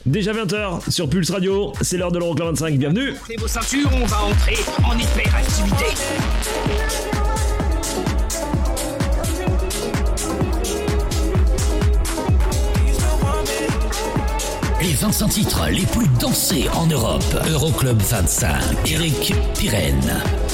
Déjà 20h sur Pulse Radio, c'est l'heure de l'Euroclub 25, bienvenue. Prenez vos ceintures, on va entrer en hyperactivité. Les 25 titres les plus dansés en Europe. Euroclub 25, Eric Pirenne.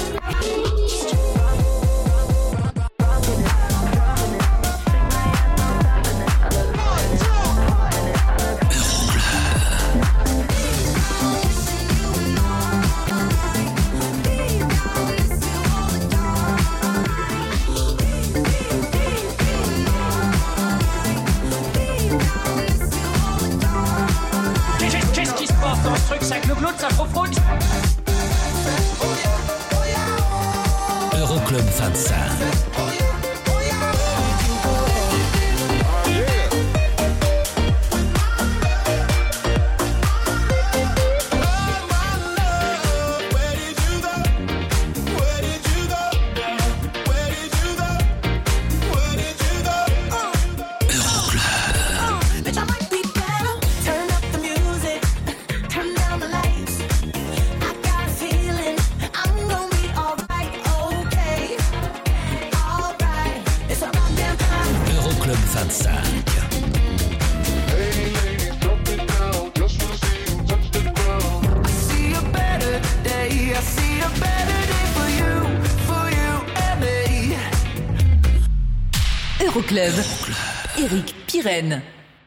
Euroclub 25. Euroclub, Eric Pirenne.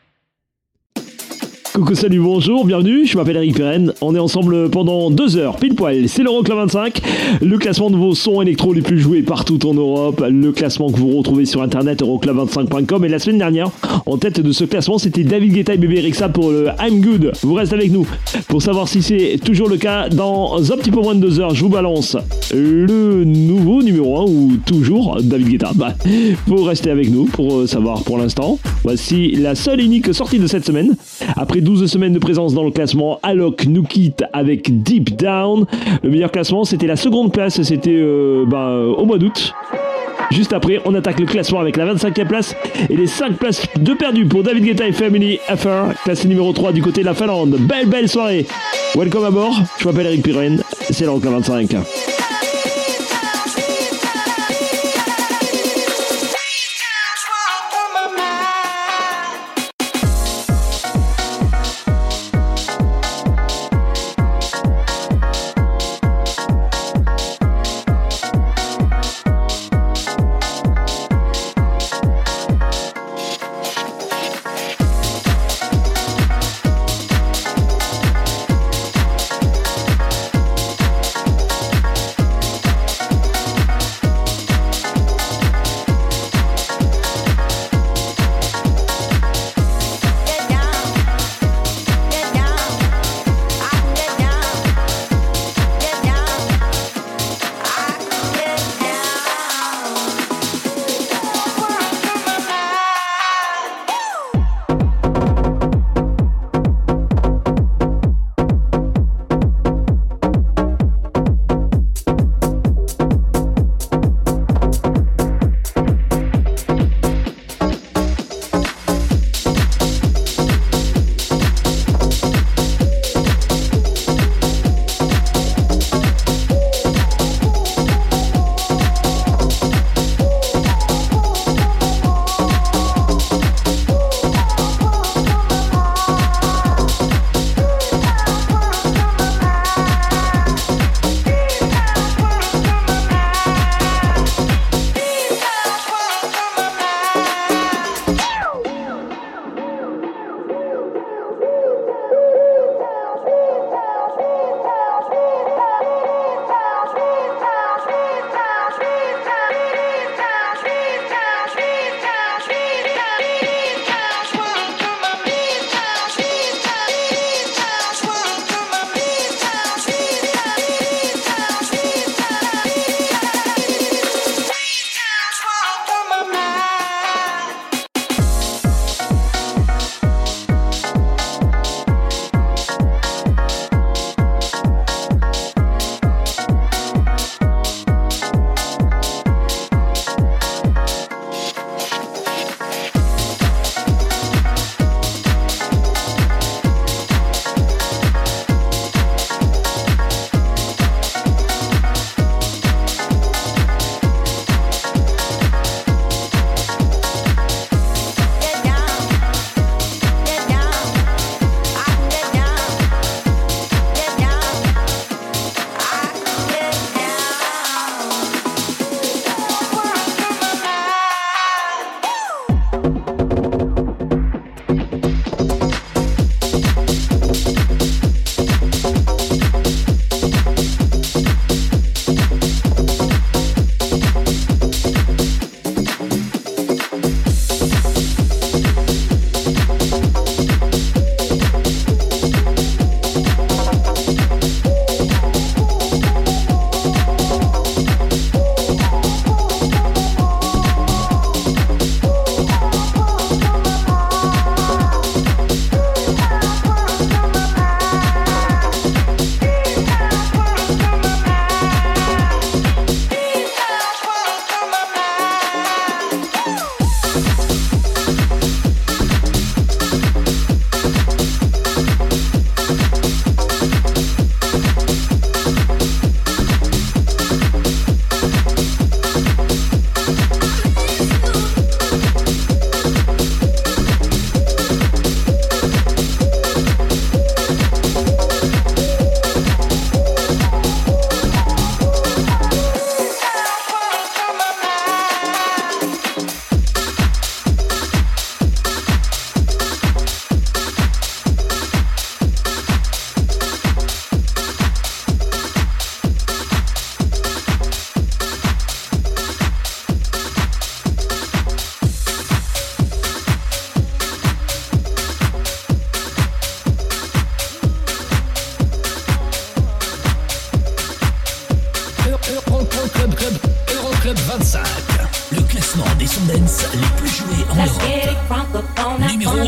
Coucou, salut, bonjour, bienvenue, je m'appelle Eric Pirenne, on est ensemble pendant 2 heures, pile poil, c'est l'Euroclub 25, le classement de vos sons électro les plus joués partout en Europe, le classement que vous retrouvez sur internet euroclub25.com, et la semaine dernière, en tête de ce classement, c'était David Guetta et Bébé Rexha pour le I'm Good. Vous restez avec nous pour savoir si c'est toujours le cas. Dans un petit peu moins de 2 heures, je vous balance le nouveau numéro 1 ou toujours David Guetta. Vous restez avec nous pour savoir pour l'instant. Voici la seule et unique sortie de cette semaine. Après 12 semaines de présence dans le classement, Alok nous quitte avec Deep Down. Le meilleur classement, c'était la seconde place, c'était au mois d'août. Juste après, on attaque le classement avec la 25e place et les 5 places de perdu pour David Guetta et Family Affair, classé numéro 3 du côté de la Finlande. Belle soirée. Welcome à bord. Je m'appelle Eric Pirenne, c'est l'Euroclub 25.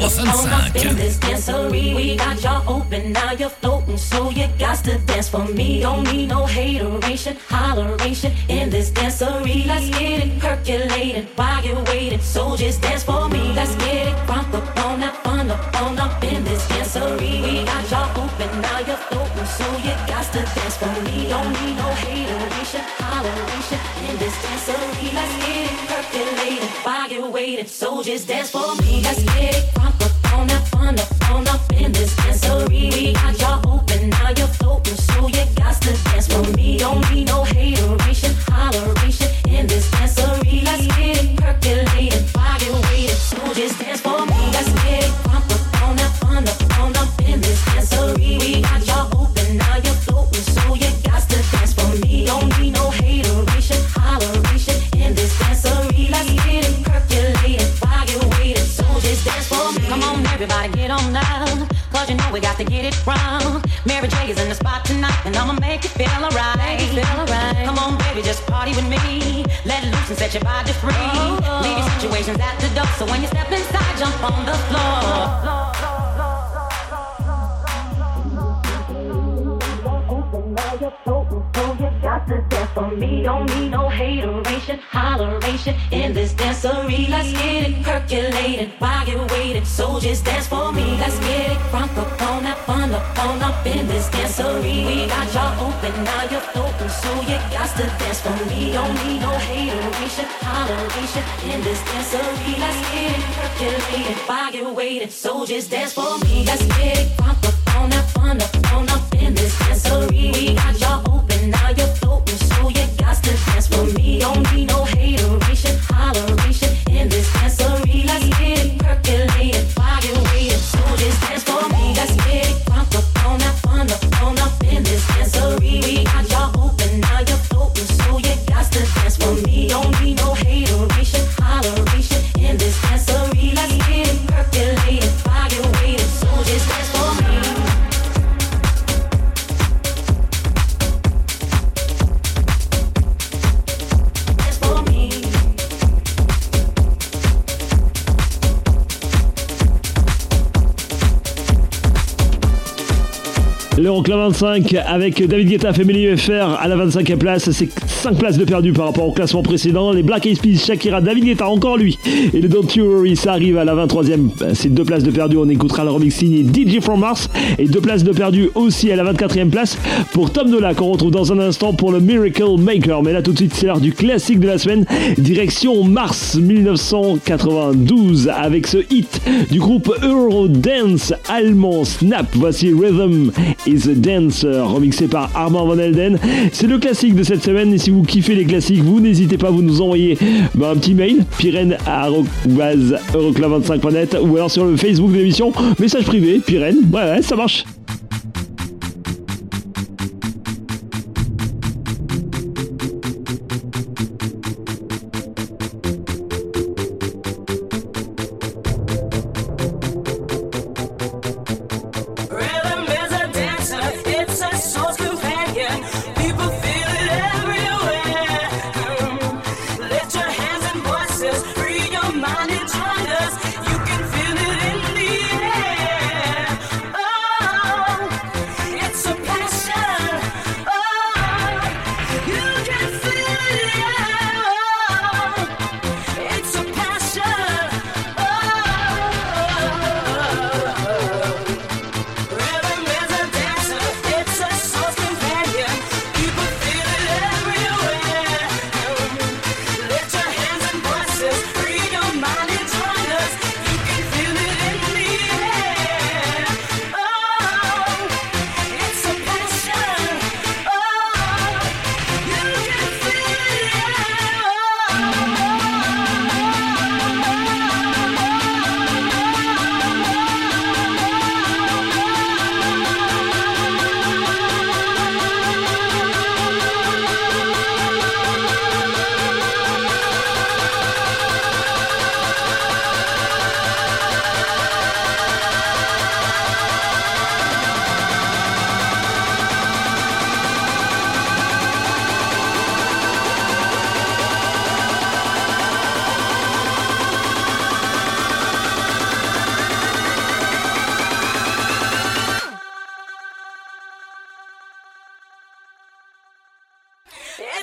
25. We got y'all open, now you're floating, so you got to dance for me. Don't need no hateration, holleration in this dancery. Let's get it percolated while you're waiting, so just dance for me. Let's get it crunk up on that fun up in this dancery. We got y'all open, now you're floating, so you got to dance for me. Don't need no hateration, holleration in this dancery. Let's get it percolated while you're waiting, so just dance for me. Let's get it crunk up on that fun up in this dancery. We got y'all open, now you're floating, so you got to dance for me. Don't need no hateration, holleration in this dancery. Let's get it percolated while you're waiting, so just dance for me. Let's get it crunk up on that fun up in this dancery. We got y'all open, now you're floating, so you got to dance for me. Don't need no hateration, holleration in this dancery. Let's get it percolated while you're waiting, so just dance for me. Come on, everybody, get on down, cause you know we got to get it wrong. Mary J is in the spot tonight, and I'ma make you feel alright. Come on, baby, just party with me. Let it loose and set your body free. Leave your situations at the door, so when you step inside, jump on the floor. To dance for me, don't need no hateration, holleration in this dancery. Let's get it percolated while you're waiting, so just dance for me. Let's get it crunk up on that fun up in this dancery. We got y'all open, now you're floating, so you got to dance for me. Don't need no hateration, holleration in this dancery. Let's get it percolated while you're waiting, so just dance for me. Let's get it crunk up on that fun up in this dancery. We got y'all open, now you're floating, so you got to dance for me. Don't need no hateration, holleration in this dancery. Let's get it percolated while you're waiting, so just dance for me. Let's get it crunk up on that fun up in this dancery. We got y'all open, now you're floating, so you got to dance for me. Don't need no hateration, holleration in this dancery. Let's get it percolated while you're waiting, so just dance for me. L'Euroclub 25 avec David Guetta, Family UFR à la 25e place. C'est 5 places de perdu par rapport au classement précédent. Les Black Eyed Peas, Shakira, David Guetta, encore lui. Et le Don't You Worry, ça arrive à la 23e. C'est 2 places de perdu. On écoutera le remix signé DJ From Mars. Et 2 places de perdu aussi à la 24e place pour Tom Dola, qu'on retrouve dans un instant pour le Miracle Maker. Mais là tout de suite, c'est l'heure du classique de la semaine. Direction mars 1992 avec ce hit du groupe Eurodance allemand Snap. Voici Rhythm is a Dancer, remixé par Armand Van Helden. C'est le classique de cette semaine, et si vous kiffez les classiques, vous n'hésitez pas à vous nous envoyer un petit mail, pirenne@euroclub25.net, ou alors sur le Facebook de l'émission, message privé, Pirenne, ouais, ça marche. Mind and join us, you can feel it in the air. Oh,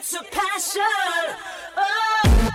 It's a passion. Oh.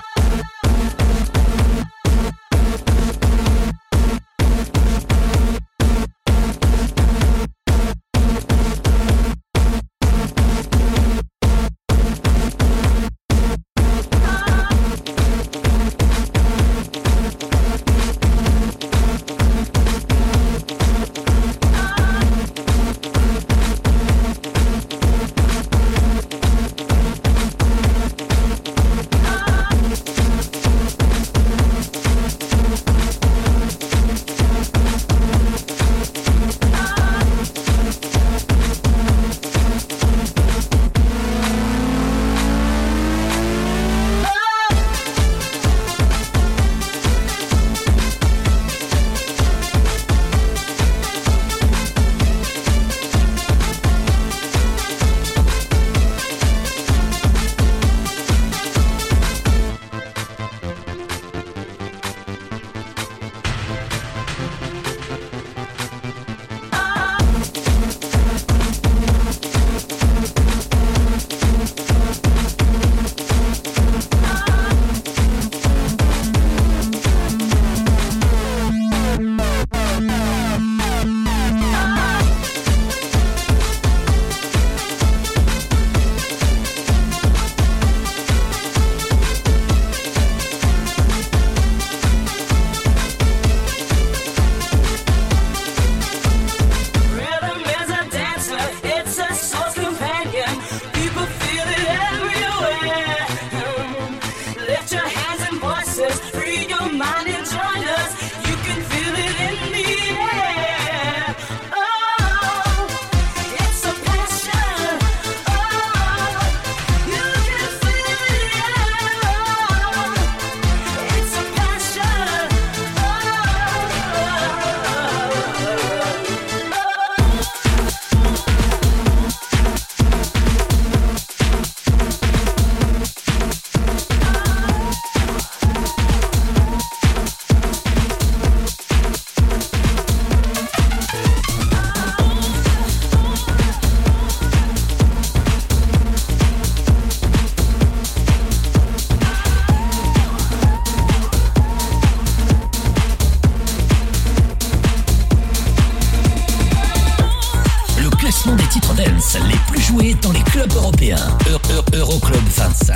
les plus joués dans les clubs européens. Euroclub 25.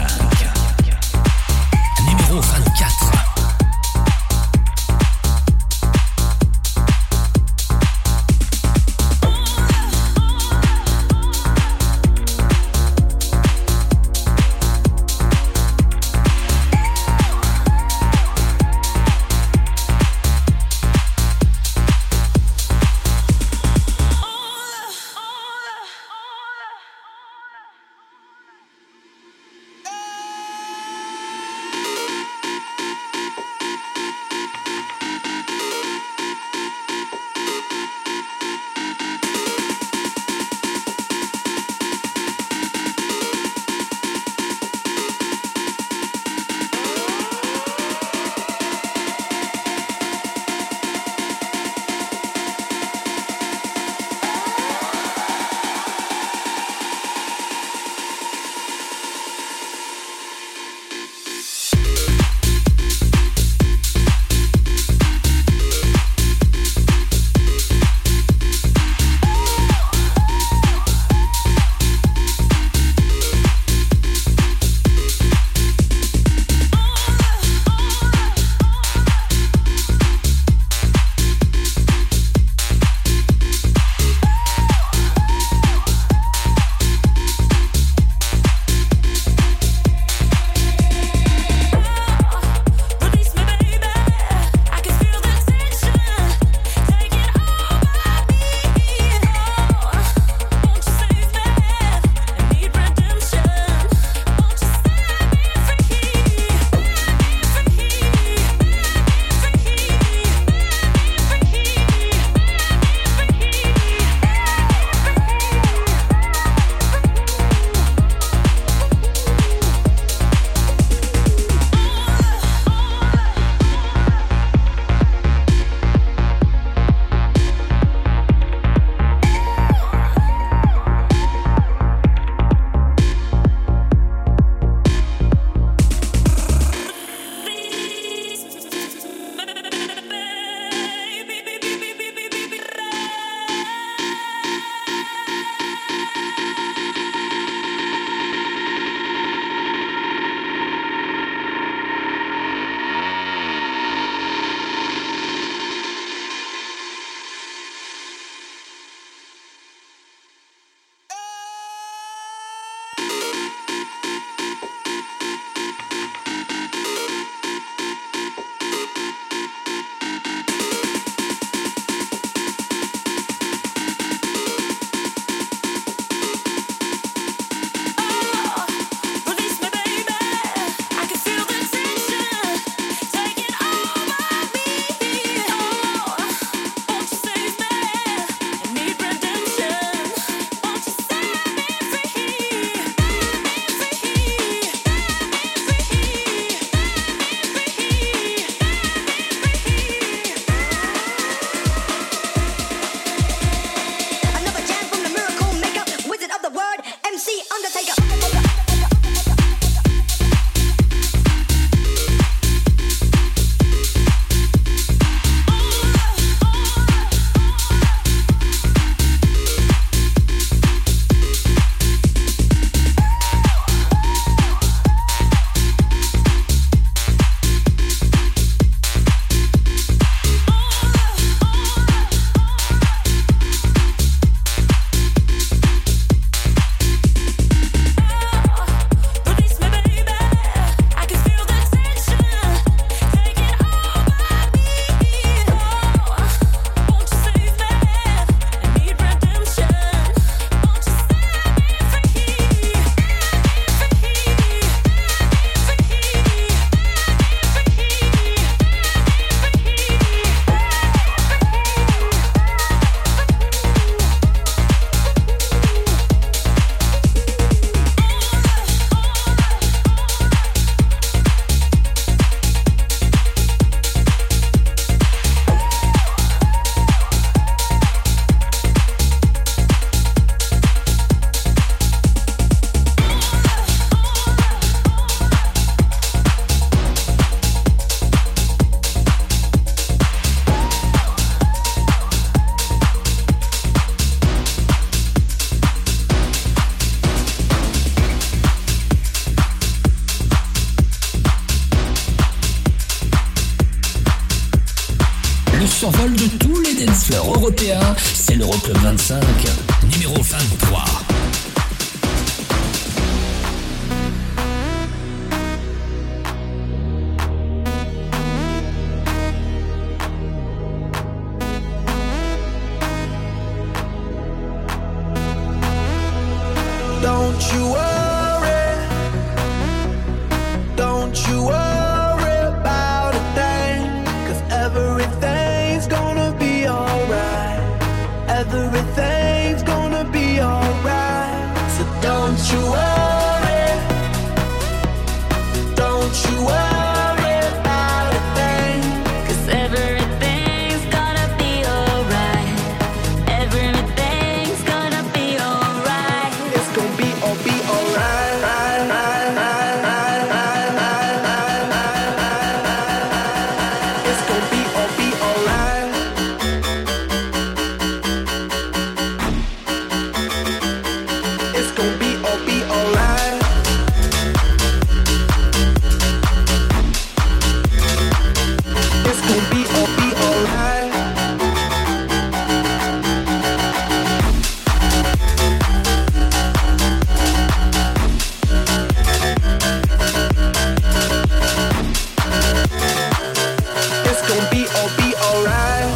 Numéro 24. dansefloor européen, c'est l'Euroclub 25, numéro 23. Don't you worry, don't you worry about a thing, 'cause everything's gonna be alright, everything's gonna be alright, so don't you worry, don't you worry about a thing, 'cause everything's gonna be alright, everything's gonna be alright, it's gonna be alright. It's gonna be alright. It's gonna be alright. It's gonna be alright. It's gonna be alright.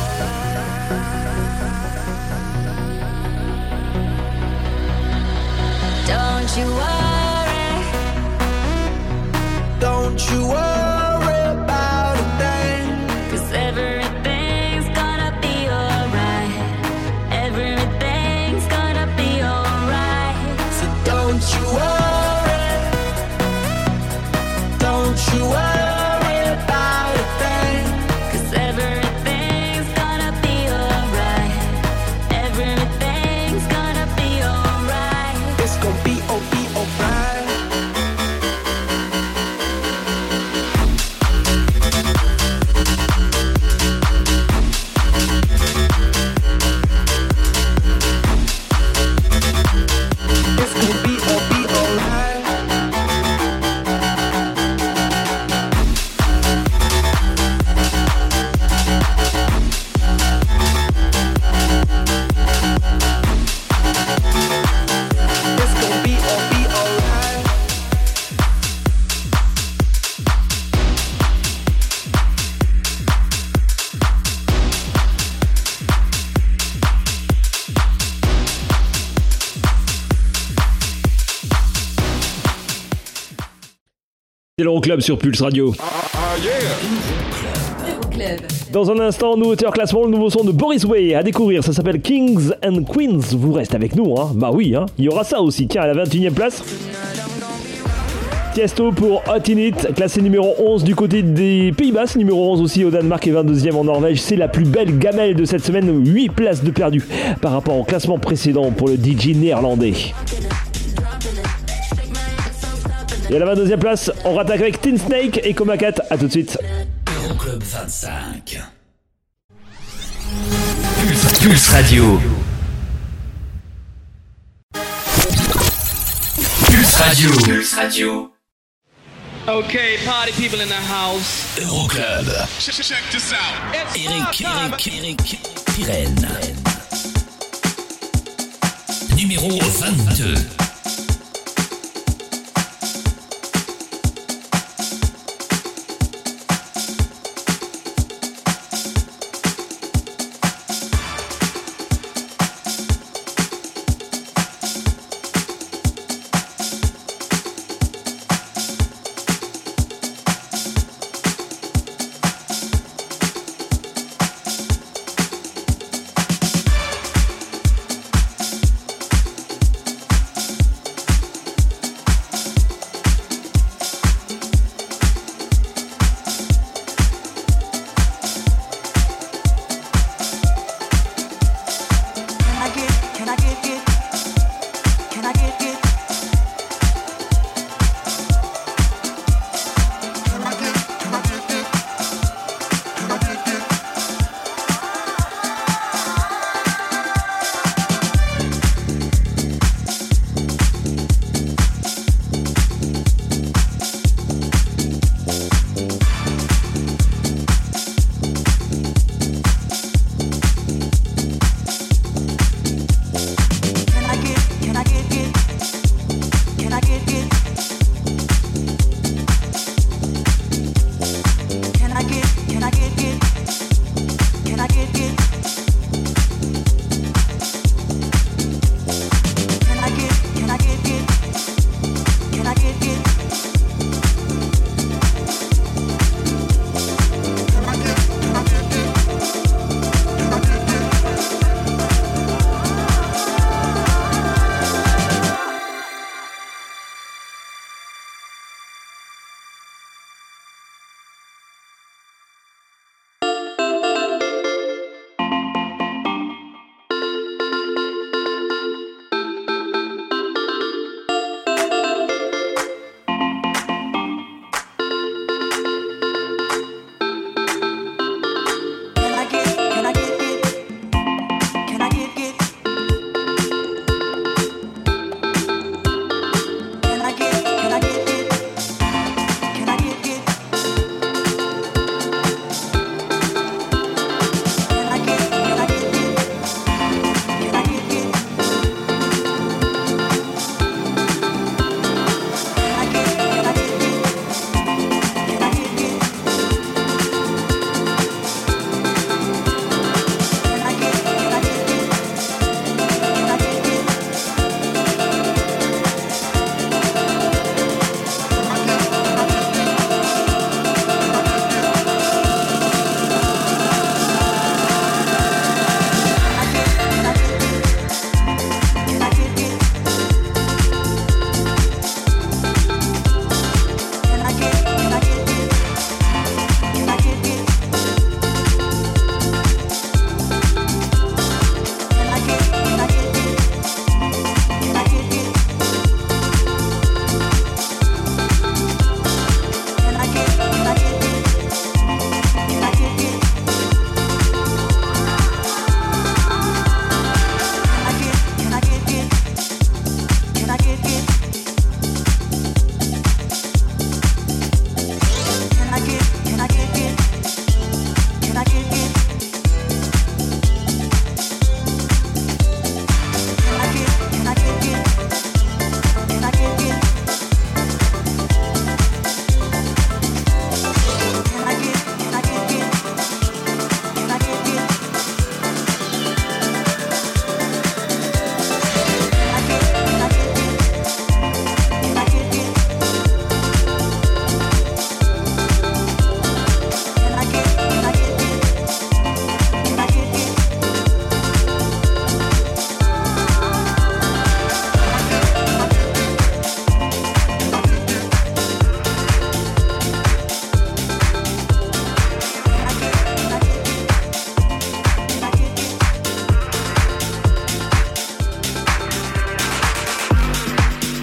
Don't you worry, Don't you worry about a thing. 'cause everything's gonna be alright, everything's gonna be alright, So don't you worry. Don't you worry about a thing. 'cause everything's gonna be alright, everything's gonna be alright. It's gonna be alright. It's gonna be alright. It's gonna be alright. C'est l'Euroclub sur Pulse Radio. Euroclub. Dans un instant, nouveauté hors classement, le nouveau son de Boris Way à découvrir. Ça s'appelle Kings and Queens. Vous restez avec nous, hein. Bah oui, hein. Il y aura ça aussi. Tiens, à la 21e place. Tiesto pour Hot In It, classé numéro 11 du côté des Pays-Bas, numéro 11 aussi au Danemark et 22e en Norvège. C'est la plus belle gamelle de cette semaine, 8 places de perdu par rapport au classement précédent pour le DJ néerlandais. Et à la 22e place, on rattaque avec Teen Snake et Coma Cat. A tout de suite. Euroclub 25. Pulse Radio. Pulse Radio. Pulse Radio. Okay, party people in the house. Euroclub. Check this out. Eric Pirenne. Numéro 22.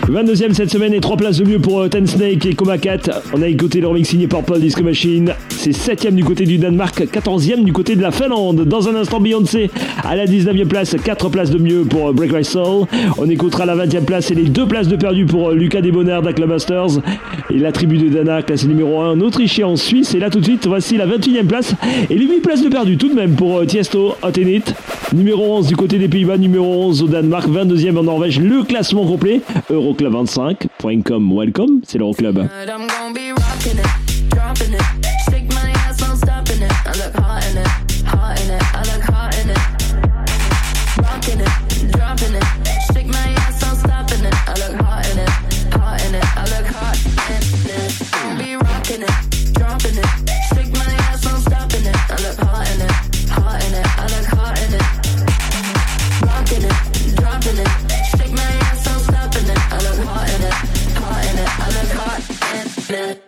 22e cette semaine et 3 places de mieux pour Ten Snake et Coma Cat. On a écouté le remix signé Purple Disco Machine. C'est 7e du côté du Danemark, 14e du côté de la Finlande. Dans un instant, Beyoncé à la 19e place, 4 places de mieux pour Break My Soul. On écoutera la 20e place et les 2 places de perdu pour Lucas Debonair d'Aclabusters. Et la tribu de Dana, classée numéro 1 en Autriche et en Suisse. Et là tout de suite, voici la 21e place et les 8 places de perdu tout de même pour Tiesto, Hot in It. Numéro 11 du côté des Pays-Bas, numéro 11 au Danemark, 22e en Norvège. Le classement complet, Euroclub25.com. Welcome, c'est l'Euroclub. I'm gonna be rocking it, dropping it. Shake my ass, no stopping it. I look hot in it, hot in it. I look hot in it. Rocking it, dropping it. Shake my ass, no stopping it. I look hot in it, hot in it. I look hot in it. I'll be rocking it, dropping it. Shake my ass, no stopping it. I look hot in it, hot in it. I look hot in it. Rocking it, dropping it. Shake my ass, no stopping it. I look hot in it, hot in it. I look hot in it.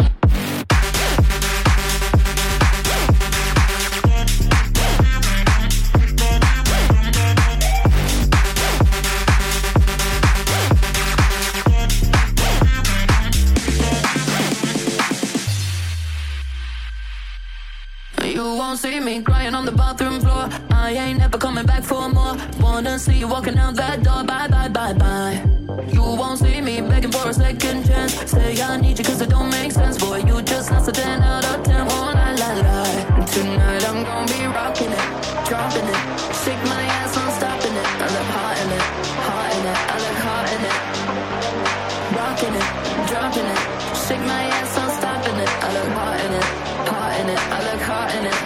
You won't see me crying on the bathroom floor. I ain't never coming back for more. Wanna see you walking out that door. Bye, bye, bye, bye. You won't see me begging for a second chance. Say I need you cause it don't make sense. Boy, you just lost a 10 out of 10. Oh, la, la, la. Tonight I'm gonna be rocking it, dropping it. Shake my ass, I'm stopping it. I look hot in it, hot in it. I look hot in it. Rocking it, dropping it. Shake my ass, I'm stopping it. I look hot in it, hot in it. I look hot in it.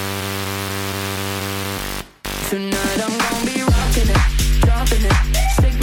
Tonight I'm gonna be rocking it, dropping it. Shake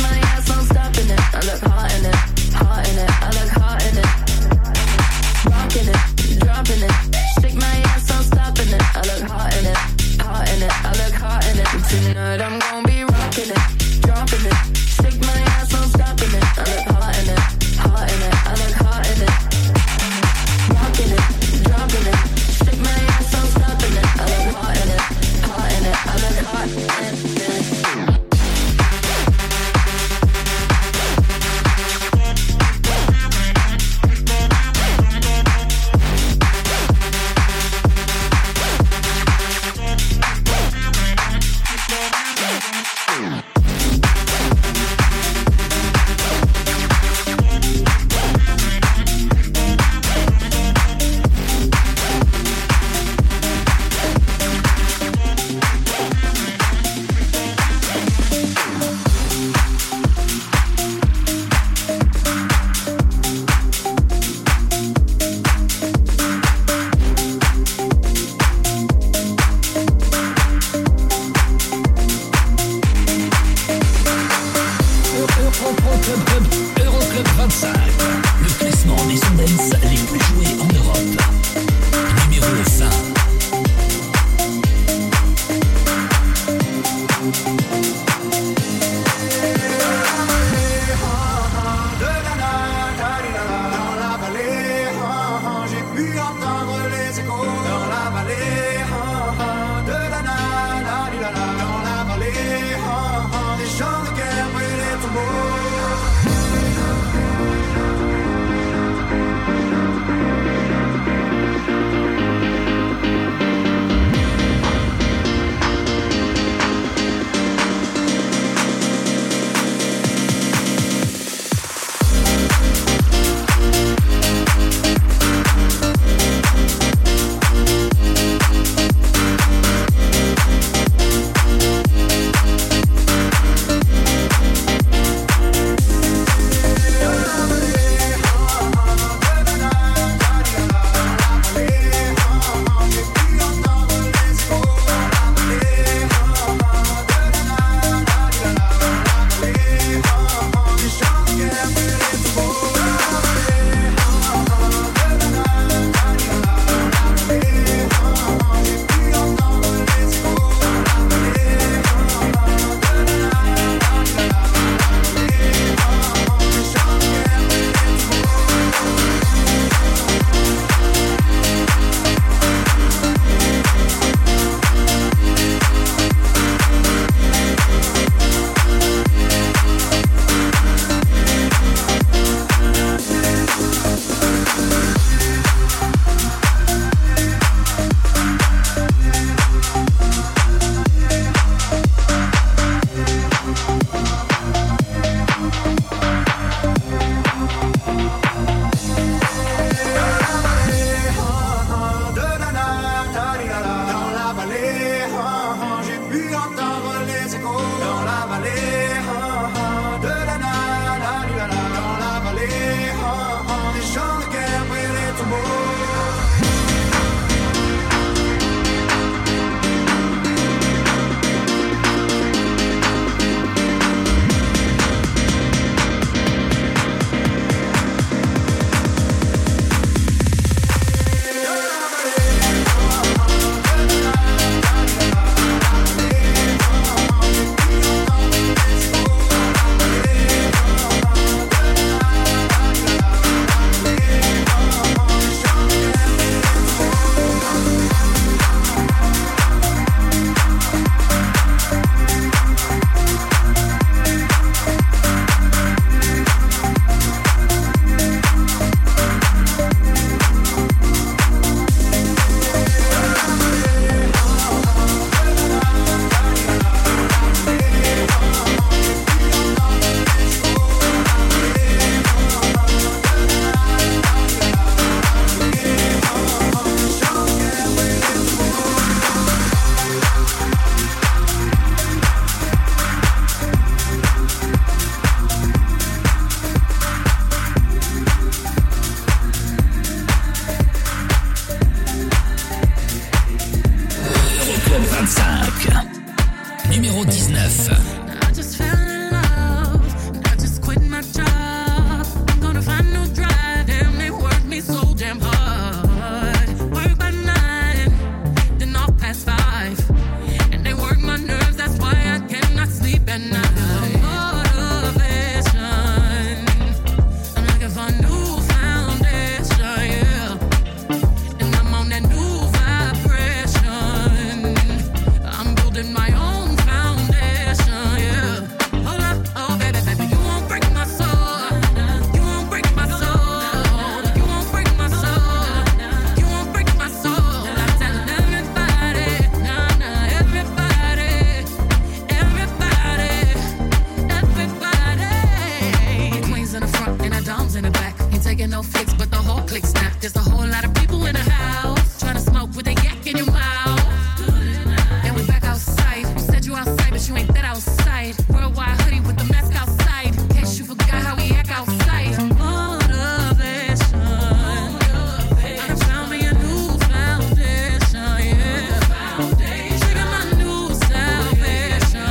numéro 19. I just fell in love, I just quit my job. I'm gonna find no drive, damn, they work me so damn hard. Work by 9, then off past 5. And they work my nerves, that's why I cannot sleep at night. Motivation, I'm looking for a new foundation, yeah. And I'm on that new vibration. I'm building my own foundation, yeah. Hold up, oh baby, baby, you won't break my soul. You won't break my soul. You won't break my soul. You won't break my soul. I'm telling everybody, nah, nah, everybody, everybody, everybody. Queens in the front and the doms in the back. Ain't taking no flicks, but the whole click snap. There's a whole lot of people in the house trying to smoke with a yak in your mouth. And we back outside. You said you outside, but you ain't that outside. Worldwide hoodie with the mask outside. In case you forgot how we act outside. Motivation. I found me a new foundation, yeah. Trigger my new salvation.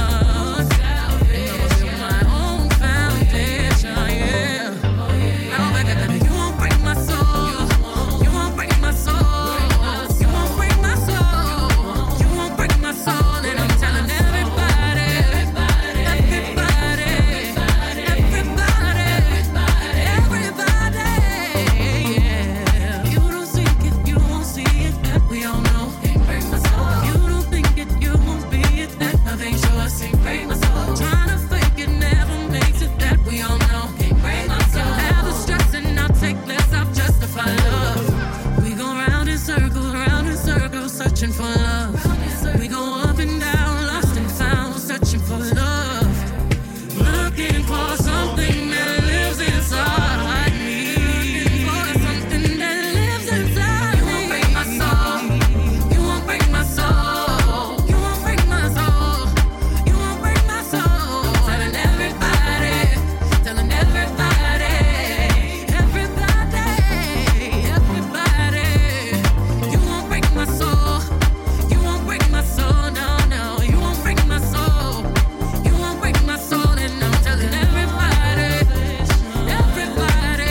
My own foundation, yeah. Oh, baby, baby, you won't break my soul. You won't break my soul. You won't break my soul. You won't break my soul. And I'm telling everybody, everybody, everybody, yeah. You don't see it, you won't see it, that we all know. You don't think it, you won't be it, that nothing's yours. Trying to fake it never makes it, that we all know. You'll have the stress and I'll take less, I'll justify love. We go round in circles, searching for love. We go up and down, lost and found, searching for love. Looking for something that lives inside me. For something that lives inside me. You won't break my soul. You won't break my soul. You won't break my soul. You won't break my soul. Telling everybody, everybody, everybody. You won't break my soul. You won't break my soul. No, no. You won't break my soul. You won't break my soul. And I'm telling everybody, everybody,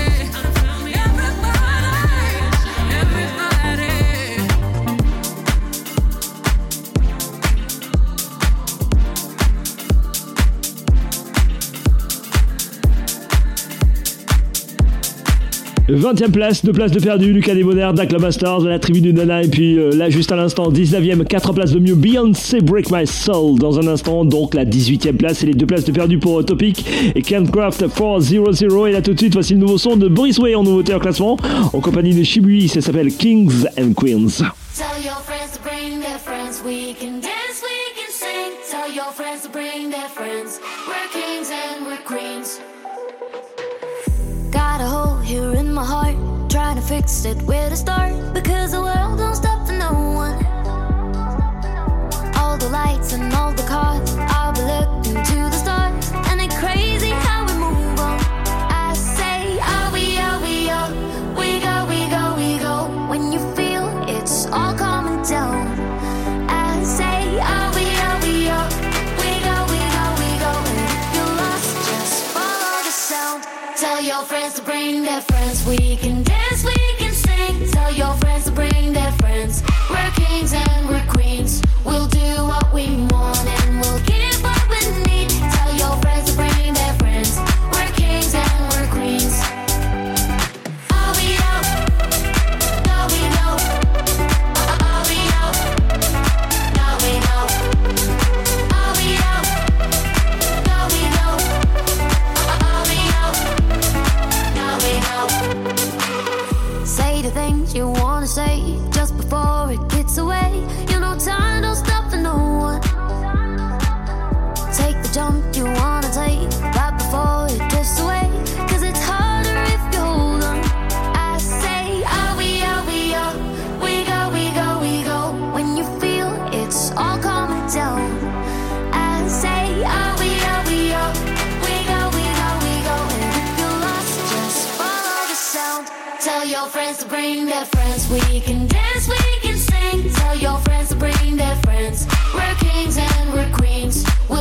everybody, everybody. 20e place, 2 places de perdu, Lucas Debonair, Dakla Masters, la tribu du Nana, et puis là juste à l'instant, 19e, 4 places de mieux, Beyoncé Break My Soul. Dans un instant, donc la 18e place et les 2 places de perdu pour Topic et Cancraft 400. Et là tout de suite, voici le nouveau son de Boris Way en nouveauté en classement, en compagnie de Shibui, ça s'appelle Kings and Queens. Tell your friends to bring their friends. We can dance, we can sing. Tell your friends to bring their friends. We're kings and we're queens. Got a hole here in my heart, trying to fix it, where to start, because the world don't stop for no one. All the lights and all the cars, I'll be looking to the stars, and it's crazy how we move on. I say, are we, we go, we go, we go, when you feel it's all coming down. I say, are we, we go, we go, we go, and if you're lost, just follow the sound. Tell your friends to bring their friends. We can dance, we can sing. Tell your friends to bring their friends. We're kings and we're queens. We'll do what we want and we'll give what we need. Tell your friends to bring their friends. We're kings and we're queens. Are we out? No, we know. Are we out? No, we know. Are we out? No, we know. Are we out? No, we know. Say the things you wanna say just before it gets away. You know time don't stop for no one. Take the jump you wanna take right before it drifts away. 'Cause it's harder if you hold on. I say, are we out? We go, we go, we go. When you feel it's all coming down. I say, are we out? We go, we go, we go. And if you're lost, just follow the sound. Tell your friends to bring their friends. We can dance, we can sing. Tell your friends to bring their friends. We're kings and we're queens.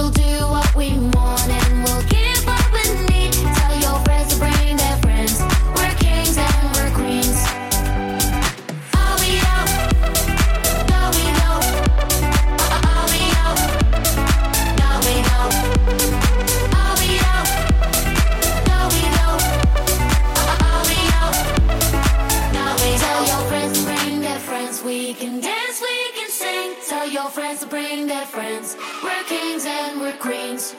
we can dance, we can sing. Tell your friends to bring their friends. We're kings and we're queens.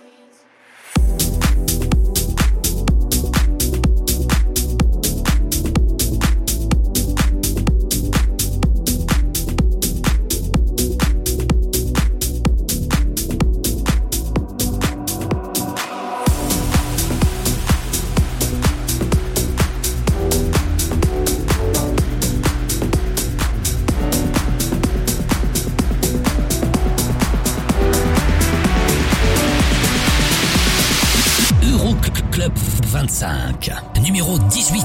Euroclub 25, numéro 18.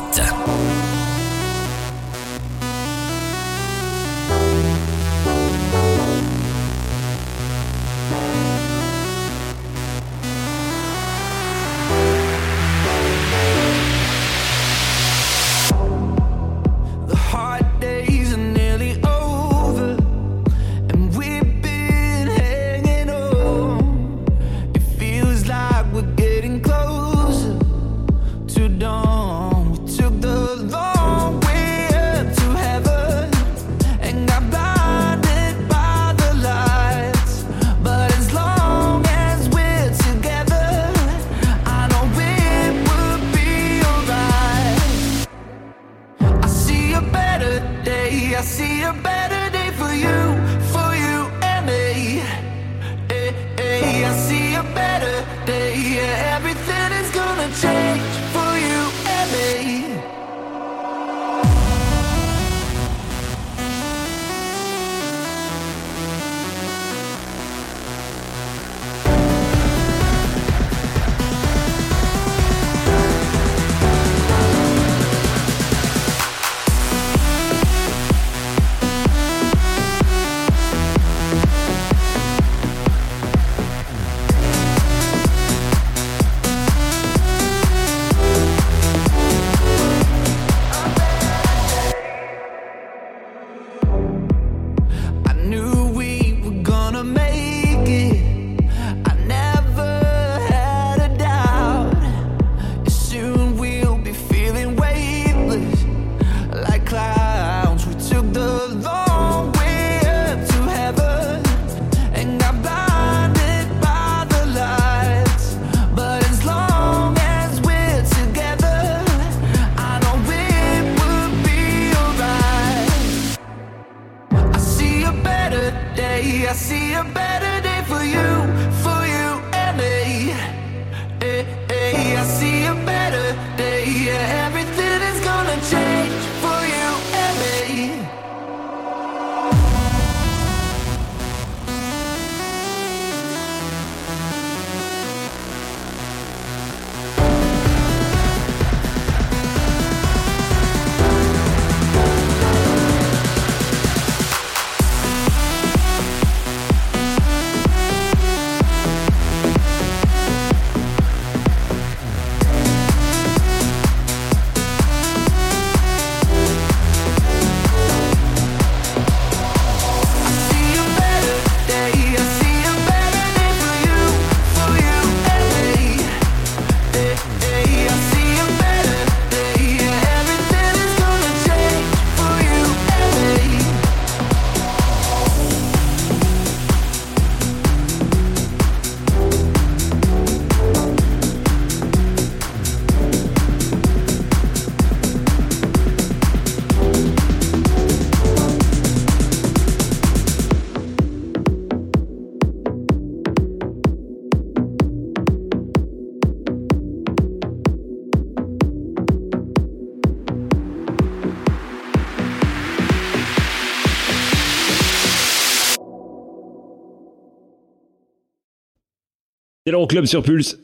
C'est l'Euroclub sur Pulse.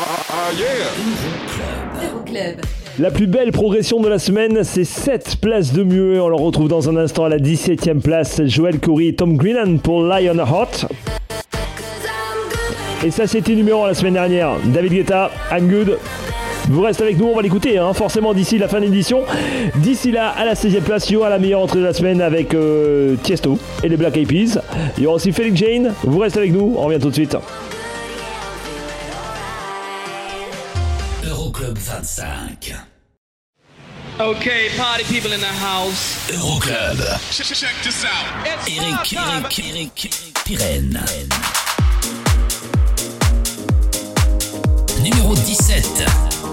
Euroclub. La plus belle progression de la semaine, c'est 7 places de mieux. On le retrouve dans un instant à la 17e place. Joel Corry et Tom Grennan pour Lion Heart. Et ça, c'était numéro 1 la semaine dernière. David Guetta, I'm Good. Vous restez avec nous, on va l'écouter forcément d'ici la fin de l'édition. D'ici là, à la 16e place, il y aura la meilleure entrée de la semaine avec Tiesto et les Black Eyed Peas. Il y aura aussi Felix Jane. Vous restez avec nous, on revient tout de suite. Euroclub 25. Okay, party people in the house. Euroclub. Check this out. Eric Pirenne. Numéro 17.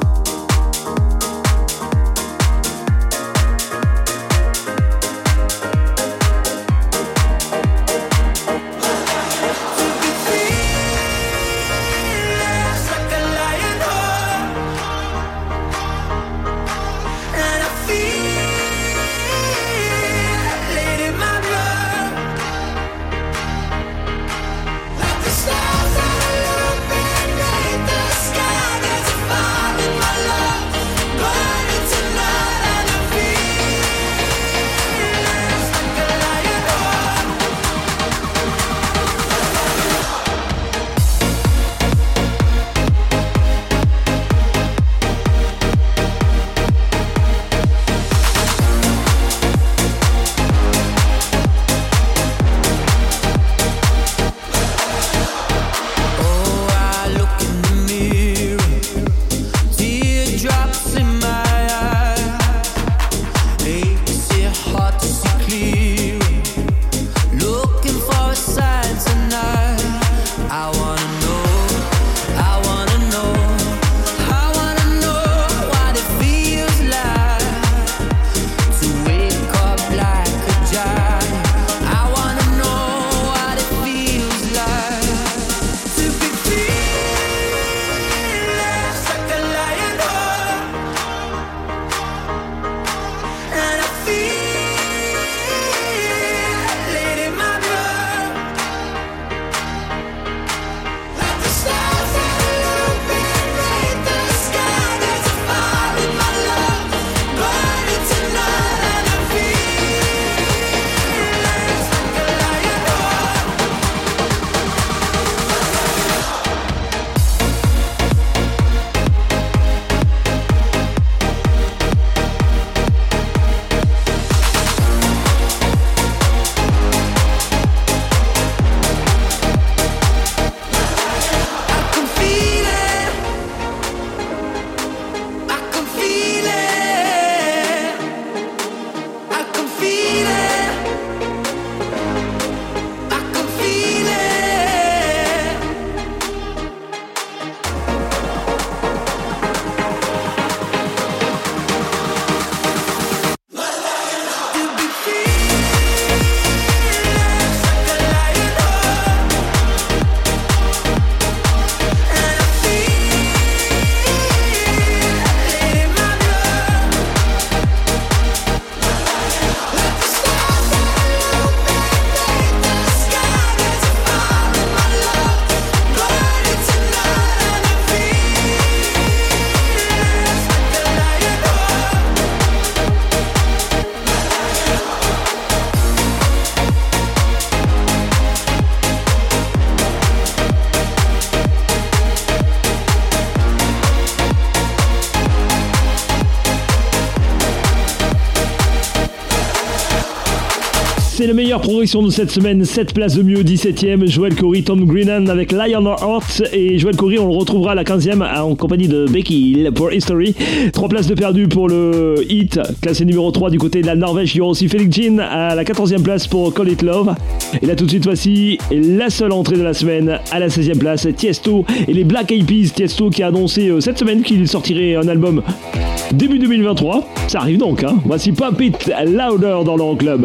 C'est la meilleure progression de cette semaine, 7 places de mieux, 17ème, Joel Corry, Tom Greenan avec Lionheart, et Joel Corry on le retrouvera à la 15ème en compagnie de Becky Hill pour History. 3 places de perdu pour le hit, classé numéro 3 du côté de la Norvège. Il y aura aussi Felix Jean à la 14ème place pour Call It Love. Et là tout de suite, voici la seule entrée de la semaine à la 16ème place, Tiesto et les Black Eyed Peas. Tiesto qui a annoncé cette semaine qu'il sortirait un album début 2023. Ça arrive donc, hein. Voici Pump It Louder dans l'Euroclub.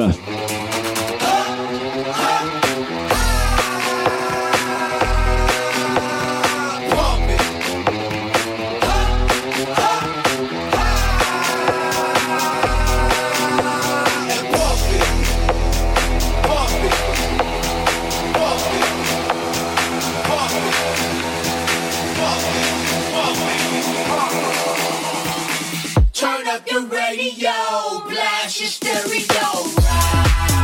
Turn up your radio, blast your stereo.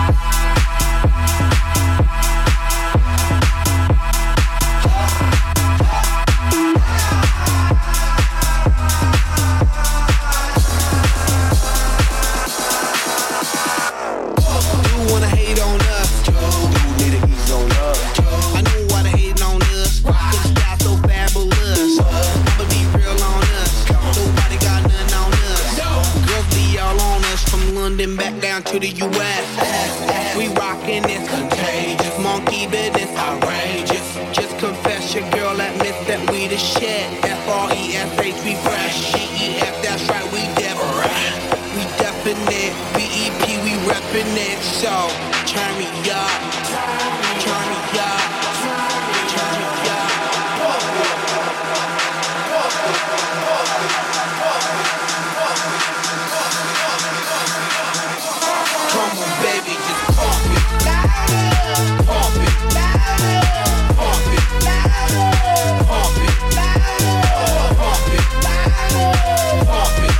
talking is contagious. Monkey business outrageous. Just confess your girl admits that we the shit. FRESH, we fresh. GEF, that's right, we different. We definite. BEP, we reppin' it. So, turn me up. Turn me up. Turn me up. Come on, baby, just pump it. Pump it. Pump it. Pump it. Pump it. Pump it.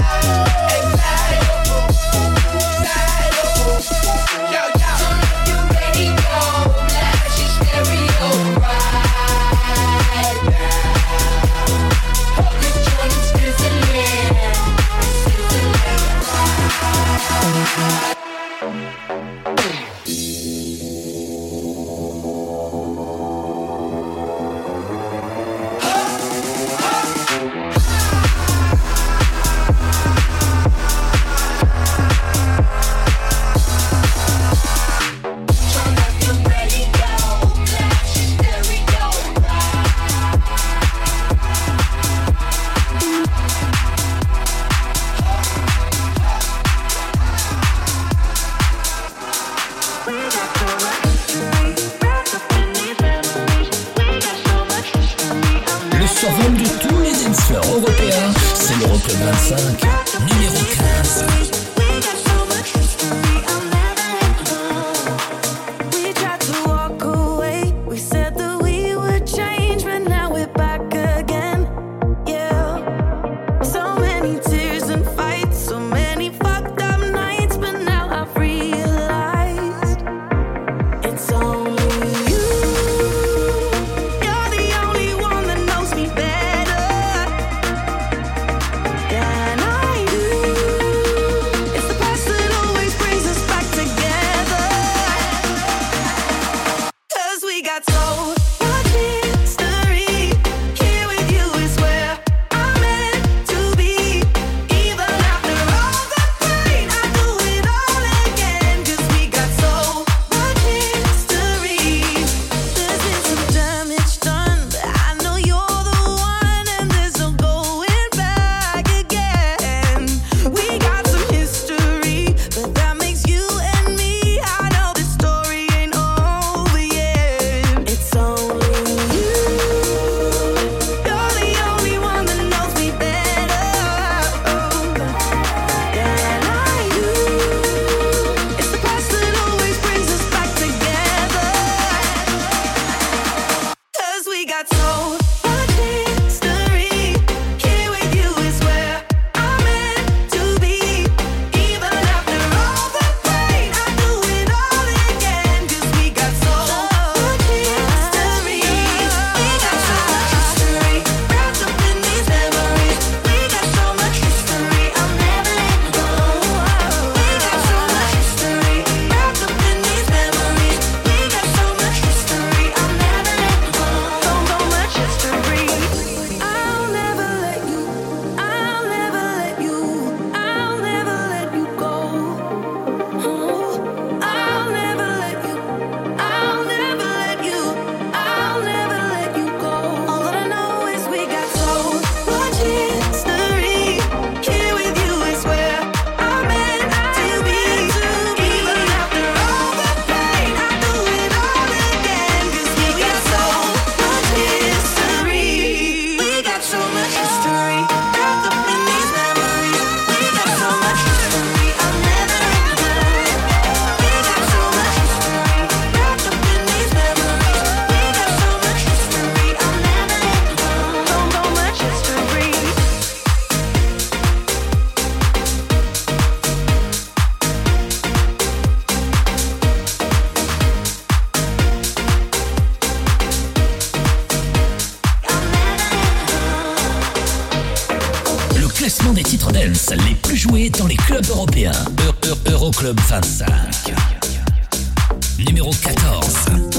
Yo, yo. Turn up your radio, blast your stereo right now. Hope this joint is sizzling. Le survol de tous les danseurs européens, c'est l'Euroclub 25, numéro 15. We tried to walk away. We said that we would change, but now we're back again. Yeah. So many tears and fights, so many fucked up nights, but now I've realized it's only you. You're the only one that knows me better than I do. It's the past that always brings us back together. 'Cause we got so much history. Here with you is where I'm meant to be. Even after all the pain, I do it all again. 'Cause we got so much history. There's been some damage done, but I know you're the one, and there's no going back again. We got some history, but that makes you and me. I know this story ain't over yet. It's only you. You're the only one that knows me better than I do. It's the past that always brings us back together. 'Cause we got so much history. Here with you is where I'm meant to be. Even after all the pain, I do it all again. 'Cause we got so much history. We got so much history. Wrapped up in these memories. We got so much history. I'll never let go. We got so much history. Wrapped up in these memories. We got so much history. I'll never let go. So much history. I'll never let you. I'll never let you. I'll never let you go. I'll never let you. I'll never let you. I'll never let you go. All that I know is we got so much history. Here with you is where I'm meant to be. Even after all the pain, I do it all again. 'Cause we got so much history. We got so much history. Wrapped up in these memories. We got so much history. I'll never let go. We got so much history. Wrapped up in these memories. We got so much history. I'll never let go. So much history. Le classement des titres dance les plus joués dans les clubs européens. Euroclub 25. Numéro 14.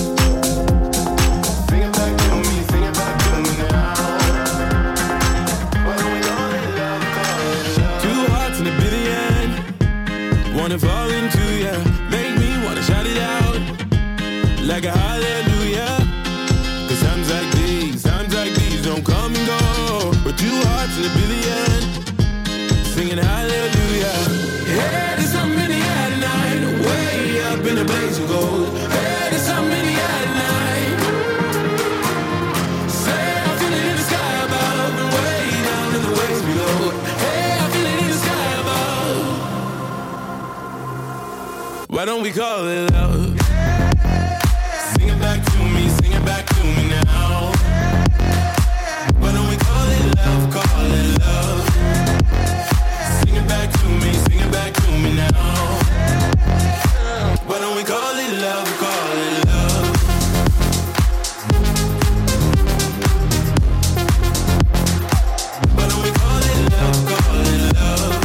Two hearts in the end. Wanna fall into ya, make me wanna shout it out. like a hallelujah. Cause times like these don't come and go. We're two hearts in a billion, singing hallelujah. Hey, there's something in the air tonight, way up in a blaze of gold. Hey, there's something in the air tonight. Say, I feel it in the sky above, and way down in the waves below. Hey, I feel it in the sky above. Why don't we call it love? Sing it back to me, sing it back to me now. Why don't we call it love, call it love? Sing it back to me, sing it back to me now. Why don't we call it love, call it love? Why don't we call it love, call it love?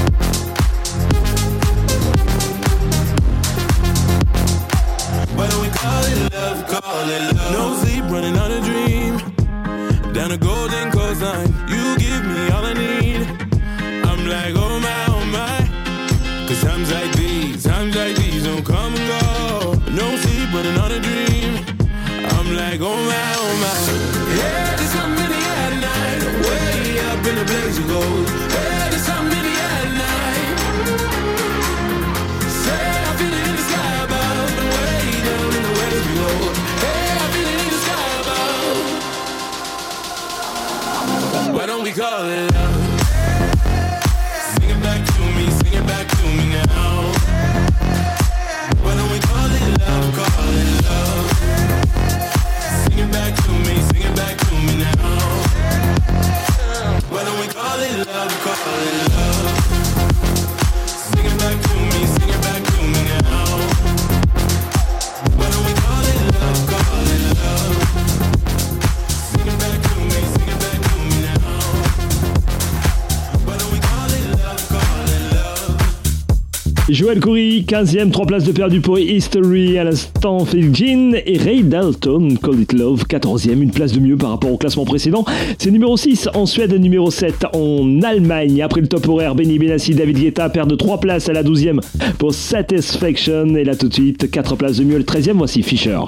Why don't we call it love, call it love? No sleep, running on a dream. Down a golden coastline, you give me all I need. I'm like, oh my. Cause times like these don't come and go. No sleep, running on a dream. I'm like, oh my. Yeah, there's something in the air tonight, way up in the blaze of gold. Yeah, there's something in the air tonight. Say, I feel it in the sky above, and way down in the waves below. Hey, I feel it in the sky above. Why don't we call it love? Sing it back to me, sing it back to me now. Why don't we call it love, call it love? Sing it back to me, sing it back to me now. Why don't we call it love, call it love? Sing it back to me, sing it back to me now. Why don't we call it love, call it love? Sing it back to me, sing it back to me now. Why don't we call it love, call it love? Joël Coury, 15e, 3 places de perdu pour History, à l'instant Phil Jean et Ray Dalton, Call It Love, 14e, une place de mieux par rapport au classement précédent. C'est numéro 6 en Suède, numéro 7 en Allemagne. Après le top horaire, Benny Benassi, David Guetta perd de 3 places à la 12e pour Satisfaction. Et là tout de suite, 4 places de mieux, le 13e, voici Fisher.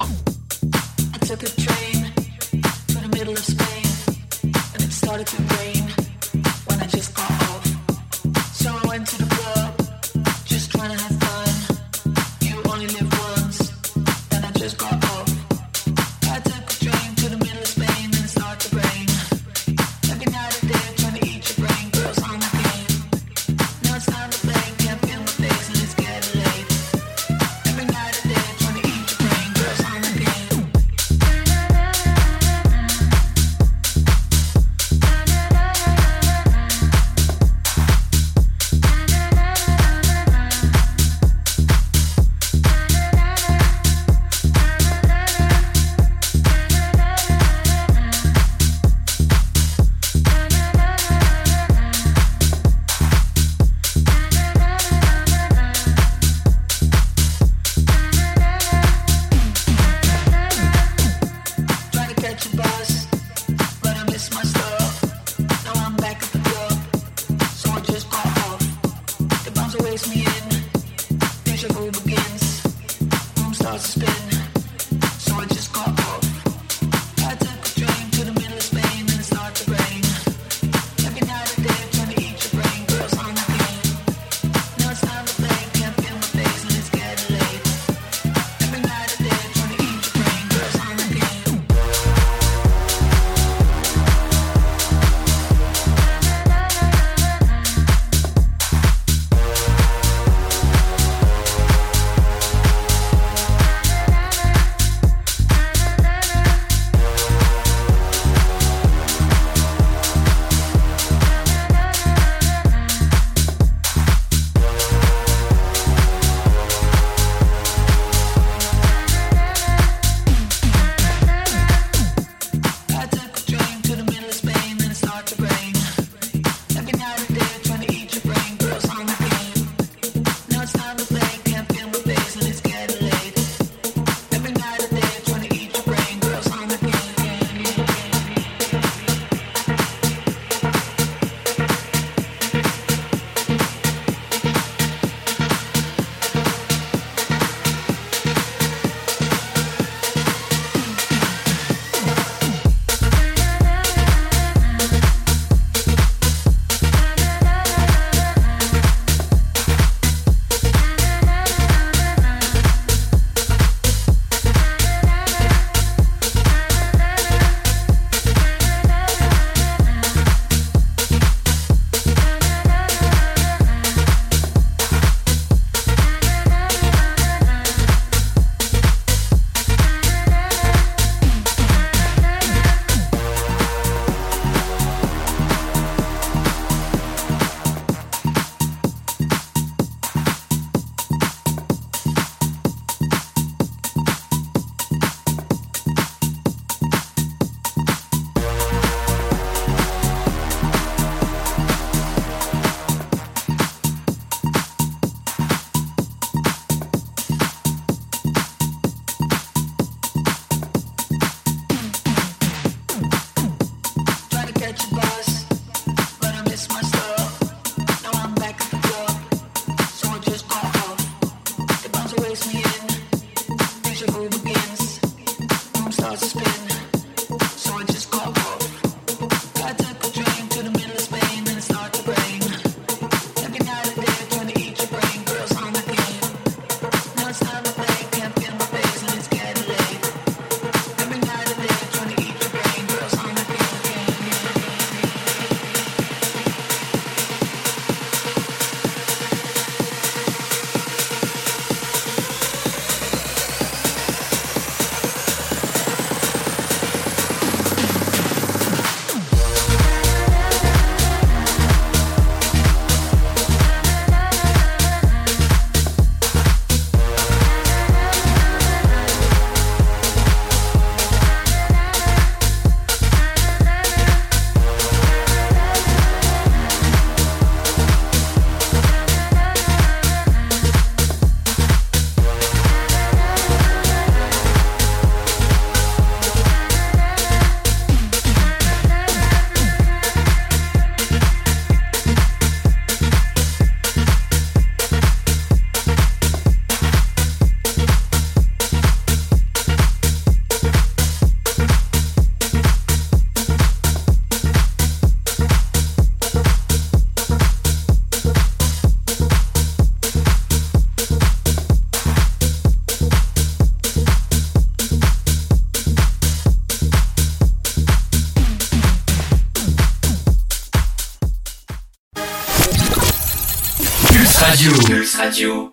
Radio.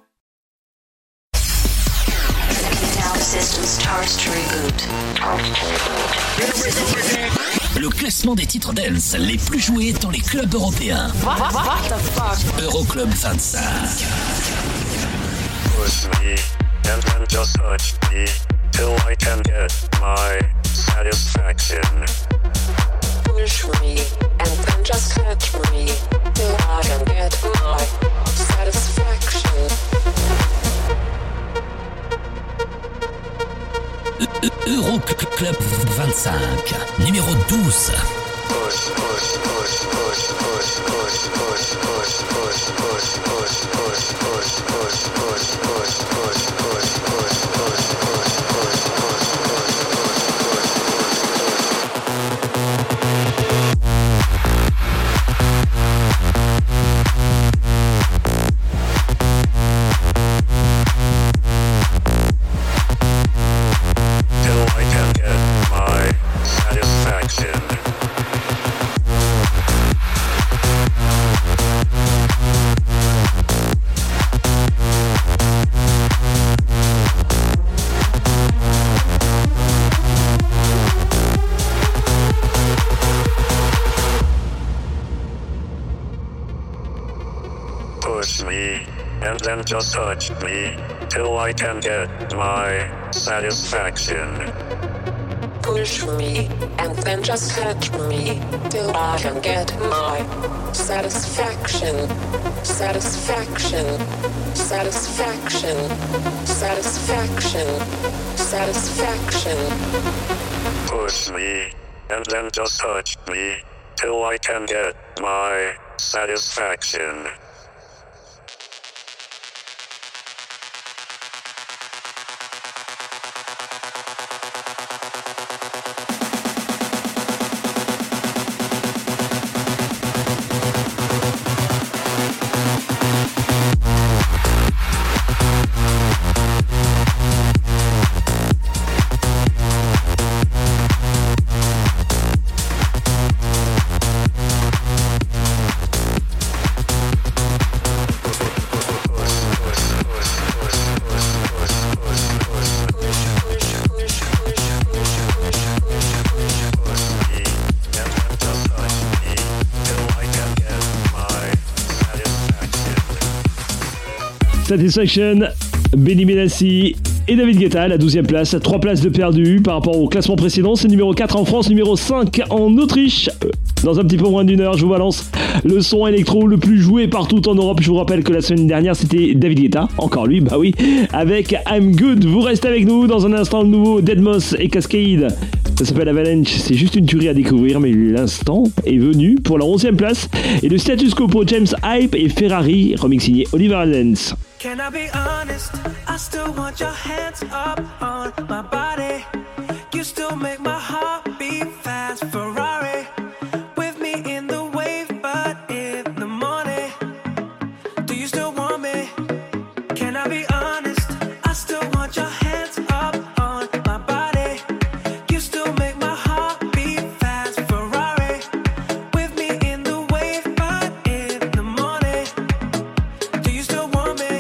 Le classement des titres dance les plus joués dans les clubs européens. What the fuck? Euroclub 25. Push me and then just touch me till I can get my satisfaction. Push me and then just touch me till I can get my satisfaction. Euroclub 25, numéro 12. Push me and then just touch me till I can get my satisfaction. Push me and then just touch me till I can get my satisfaction. Satisfaction. Satisfaction. Satisfaction. Satisfaction. Push me and then just touch me till I can get my satisfaction. Satisfaction, Benny Benassi et David Guetta à la 12e place. 3 places de perdu par rapport au classement précédent. C'est numéro 4 en France, numéro 5 en Autriche. Dans un petit peu moins d'une heure, je vous balance le son électro le plus joué partout en Europe. Je vous rappelle que la semaine dernière, c'était David Guetta, encore lui, bah oui, avec I'm Good. Vous restez avec nous dans un instant, le nouveau Deadmau5 et Cascade. Ça s'appelle Avalanche, c'est juste une tuerie à découvrir, mais l'instant est venu pour la 11e place. Et le status quo pour James Hype et Ferrari, remix signé Oliver Heldens. Can I be honest? I still want your hands up on my body. You still make my heart beat fast. Ferrari with me in the wave, but in the morning. Do you still want me? Can I be honest? I still want your hands up on my body. You still make my heart beat fast. Ferrari with me in the wave, but in the morning. Do you still want me?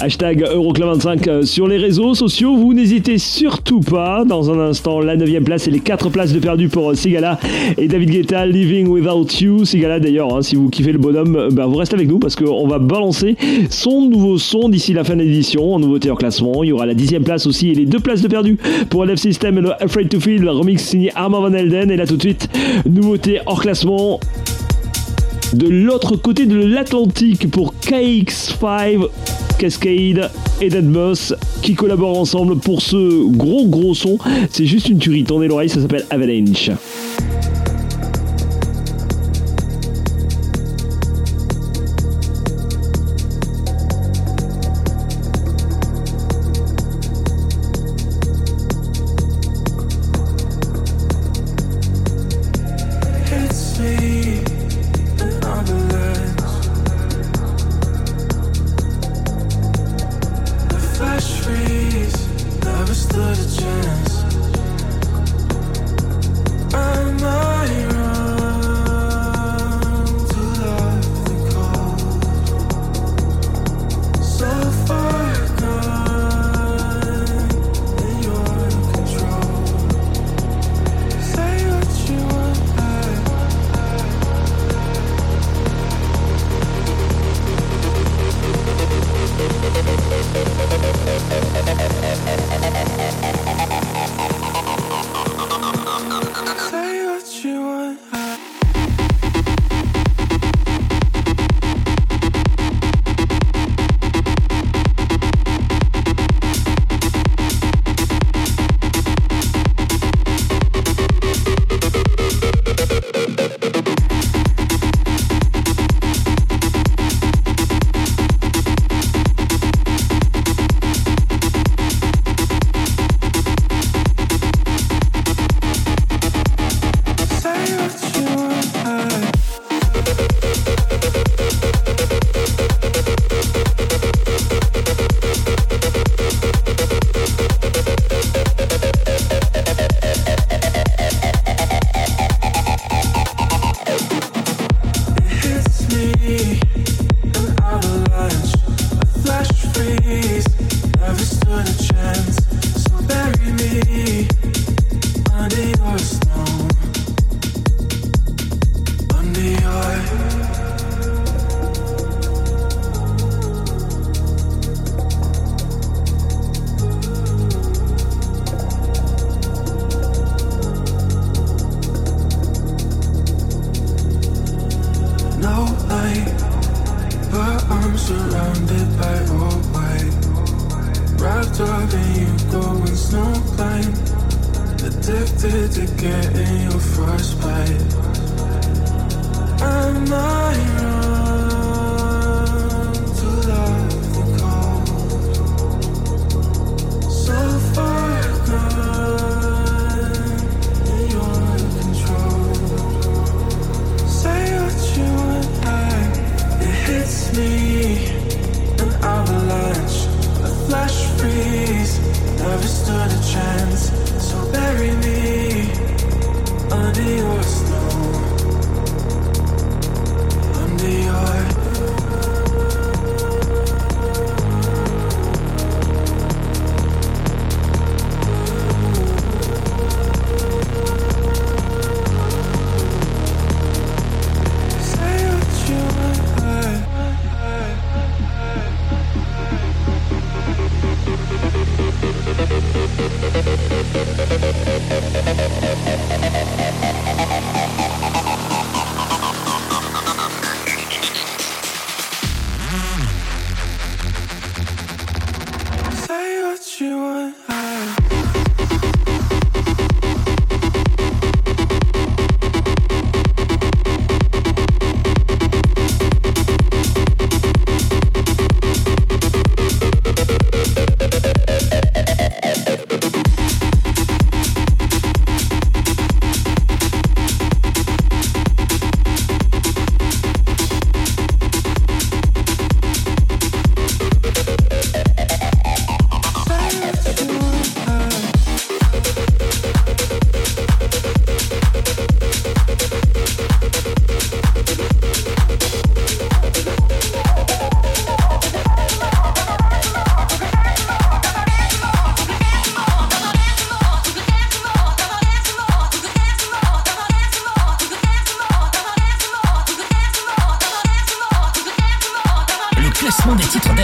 Hashtag Euroclub25 sur les réseaux sociaux. Vous n'hésitez surtout pas. Dans un instant, la 9e place et les 4 places de perdu pour Sigala et David Guetta, Living Without You. Sigala d'ailleurs, si vous kiffez le bonhomme, vous restez avec nous parce qu'on va balancer son nouveau son d'ici la fin de l'édition en nouveauté en classement. Il y aura la 10e place aussi et les 2 places de perdu pour LF System et le Afraid to Feel, remix signé Armand Van Helden. Et là tout de suite, nouveauté hors classement de l'autre côté de l'Atlantique pour KX5, Cascade et Deadmau5 qui collaborent ensemble pour ce gros son. C'est juste une tuerie, tendez l'oreille, ça s'appelle Avalanche.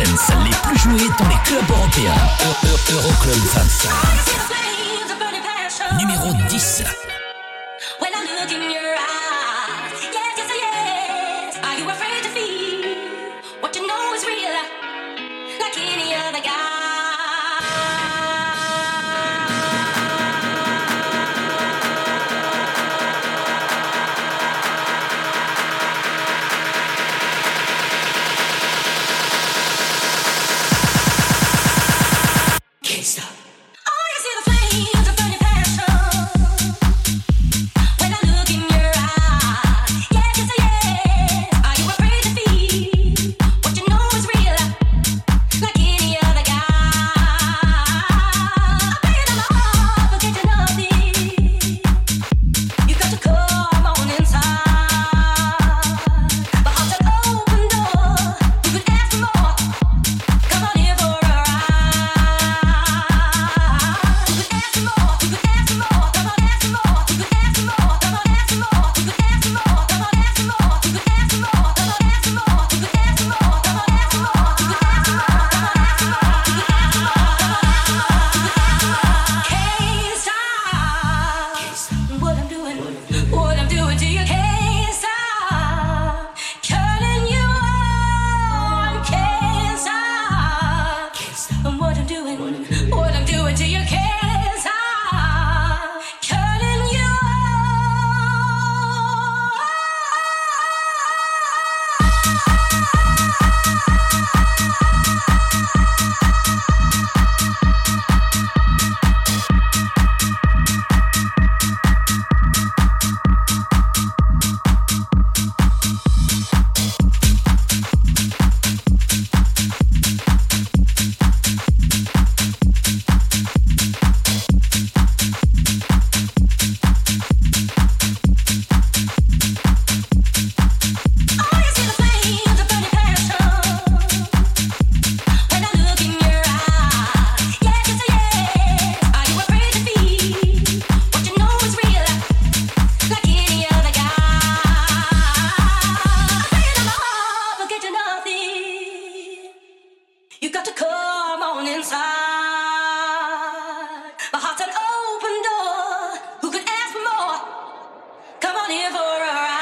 dance les plus joués dans les clubs européens. Euroclub 25. Numéro 10. When I look in your eyes, yes, yes, yes. Are you afraid to feel what you know is real, like any other guy? Can't stop. Oh, you see the flames of burning passion. When I look in your eyes, yes, yes, yes. Are you afraid to feel what you know is real, like any other guy? I paid on my heart for getting nothing. You got to come on inside. My heart's an open door. You could ask for more. Come on in for a ride. You could ask for more. You could ask for more. Come on, ask for more. You could ask for more. Come on, ask for more. You could ask for more. Come on, ask for more. You could ask for more. Come on, ask for more. You could ask for more. Come on, ask for more. You could ask for more. Come on, ask for more. You could ask for more. Can't stop what I'm doing to you. Can't stop turning you on. Can't stop what I'm doing to you. Can't stop turning you on. Oh, you see the flames of burning passion. When I look in your eyes, yes, yes, yes. Are you afraid to feel what you know is real, like any other guy? I paid on my heart for getting nothing. You got to come on inside. My heart's an open door. Who could ask for more? Come on in for a ride.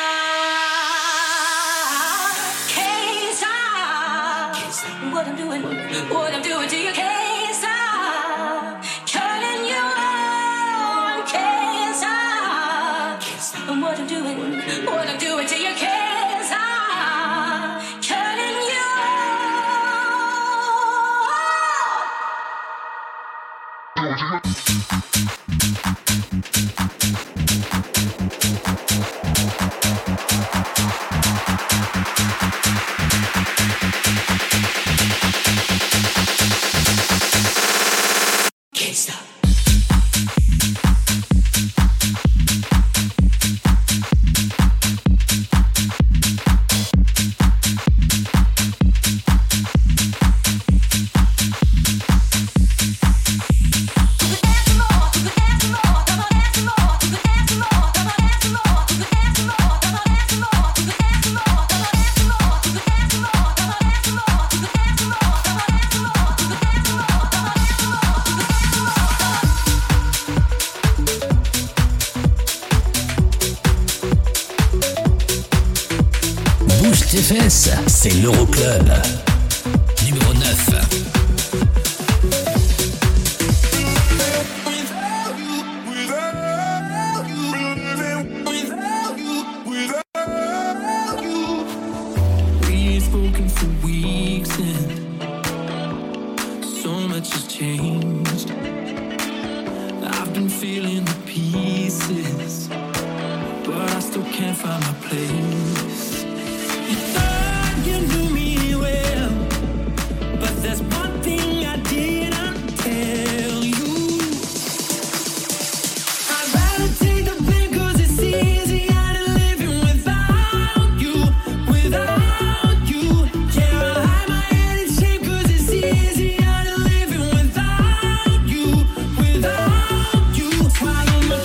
Can't stop what I'm doing to you. Can't stop turning you on. Can't stop what I'm doing to you. Can't stop turning you on. Can't stop. Bouge tes fesses, c'est l'Euroclub. Numéro 9. We ain't spoken for weeks and so much has changed. I've been feeling the pieces, but I still can't find my place. You thought you knew me well, but there's one thing I didn't tell you. I'd rather take the blame 'cause it's easier than living without you, without you. Yeah, I hide my head in shame 'cause it's easier than living without you, without you. Swallow my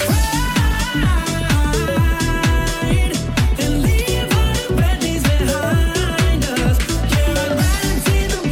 pride and leave all the bad things behind us. Yeah, I'd rather take the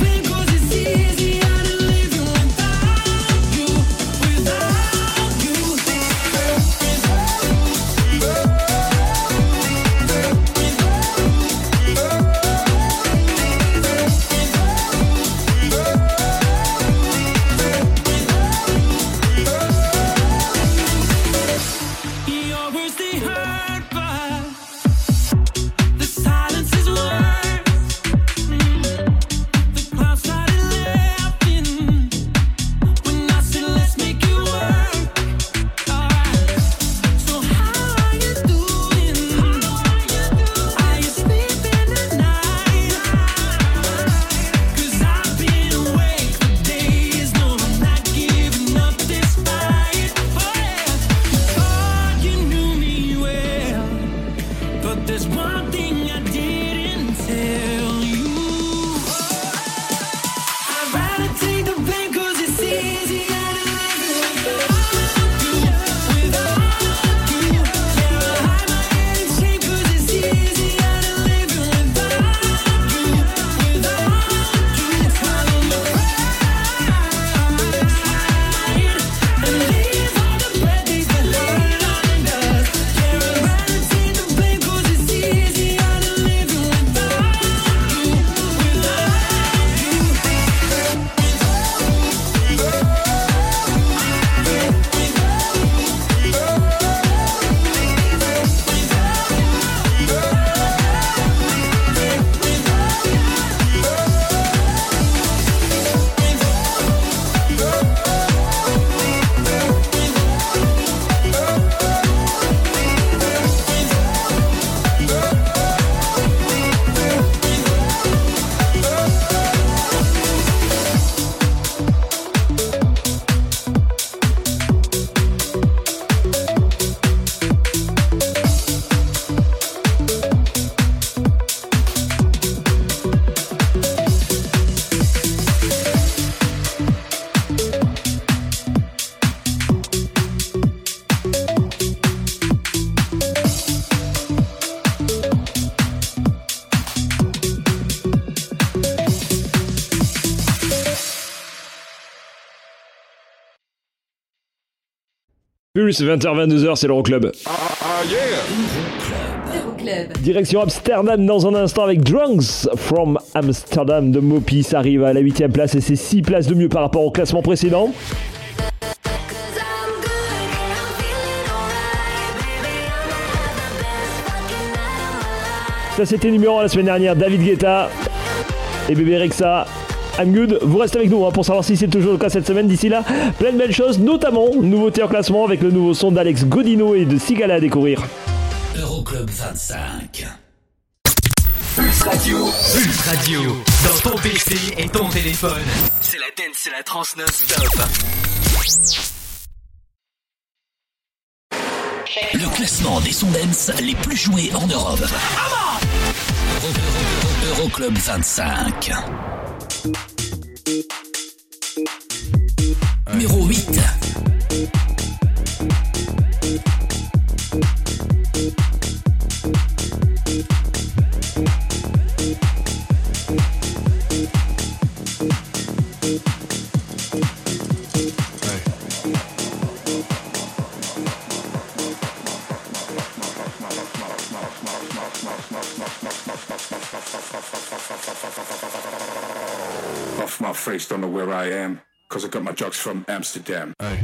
Plus 20h-22h, c'est l'Euroclub. Euroclub. Direction Amsterdam dans un instant avec Drunks from Amsterdam de Mopi. Ça arrive à la 8ème place et c'est 6 places de mieux par rapport au classement précédent. Ça c'était numéro 1 la semaine dernière, David Guetta et Bébé Rexha. I'm good. Vous restez avec nous pour savoir si c'est toujours le cas cette semaine. D'ici là, plein de belles choses, notamment nouveauté en classement avec le nouveau son d'Alex Godino et de Sigala à découvrir. Euroclub 25. Pulse Radio. Pulse Radio. Dans ton PC et ton téléphone. C'est la dance, c'est la trance non-stop. Le classement des sons dance les plus joués en Europe. Euroclub 25. Numéro 8. Off my face, don't know where I am, cause I got my drugs from Amsterdam. Hey.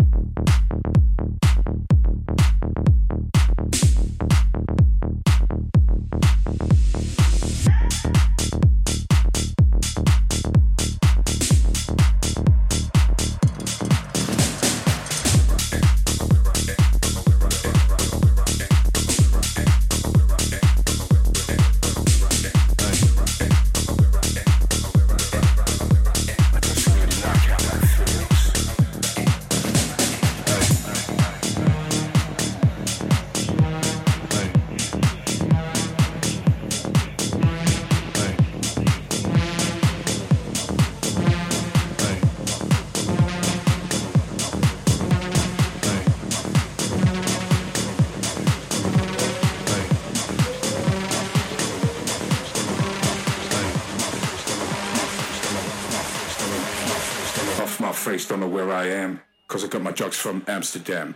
Don't know where I am, cause I got my drugs from Amsterdam.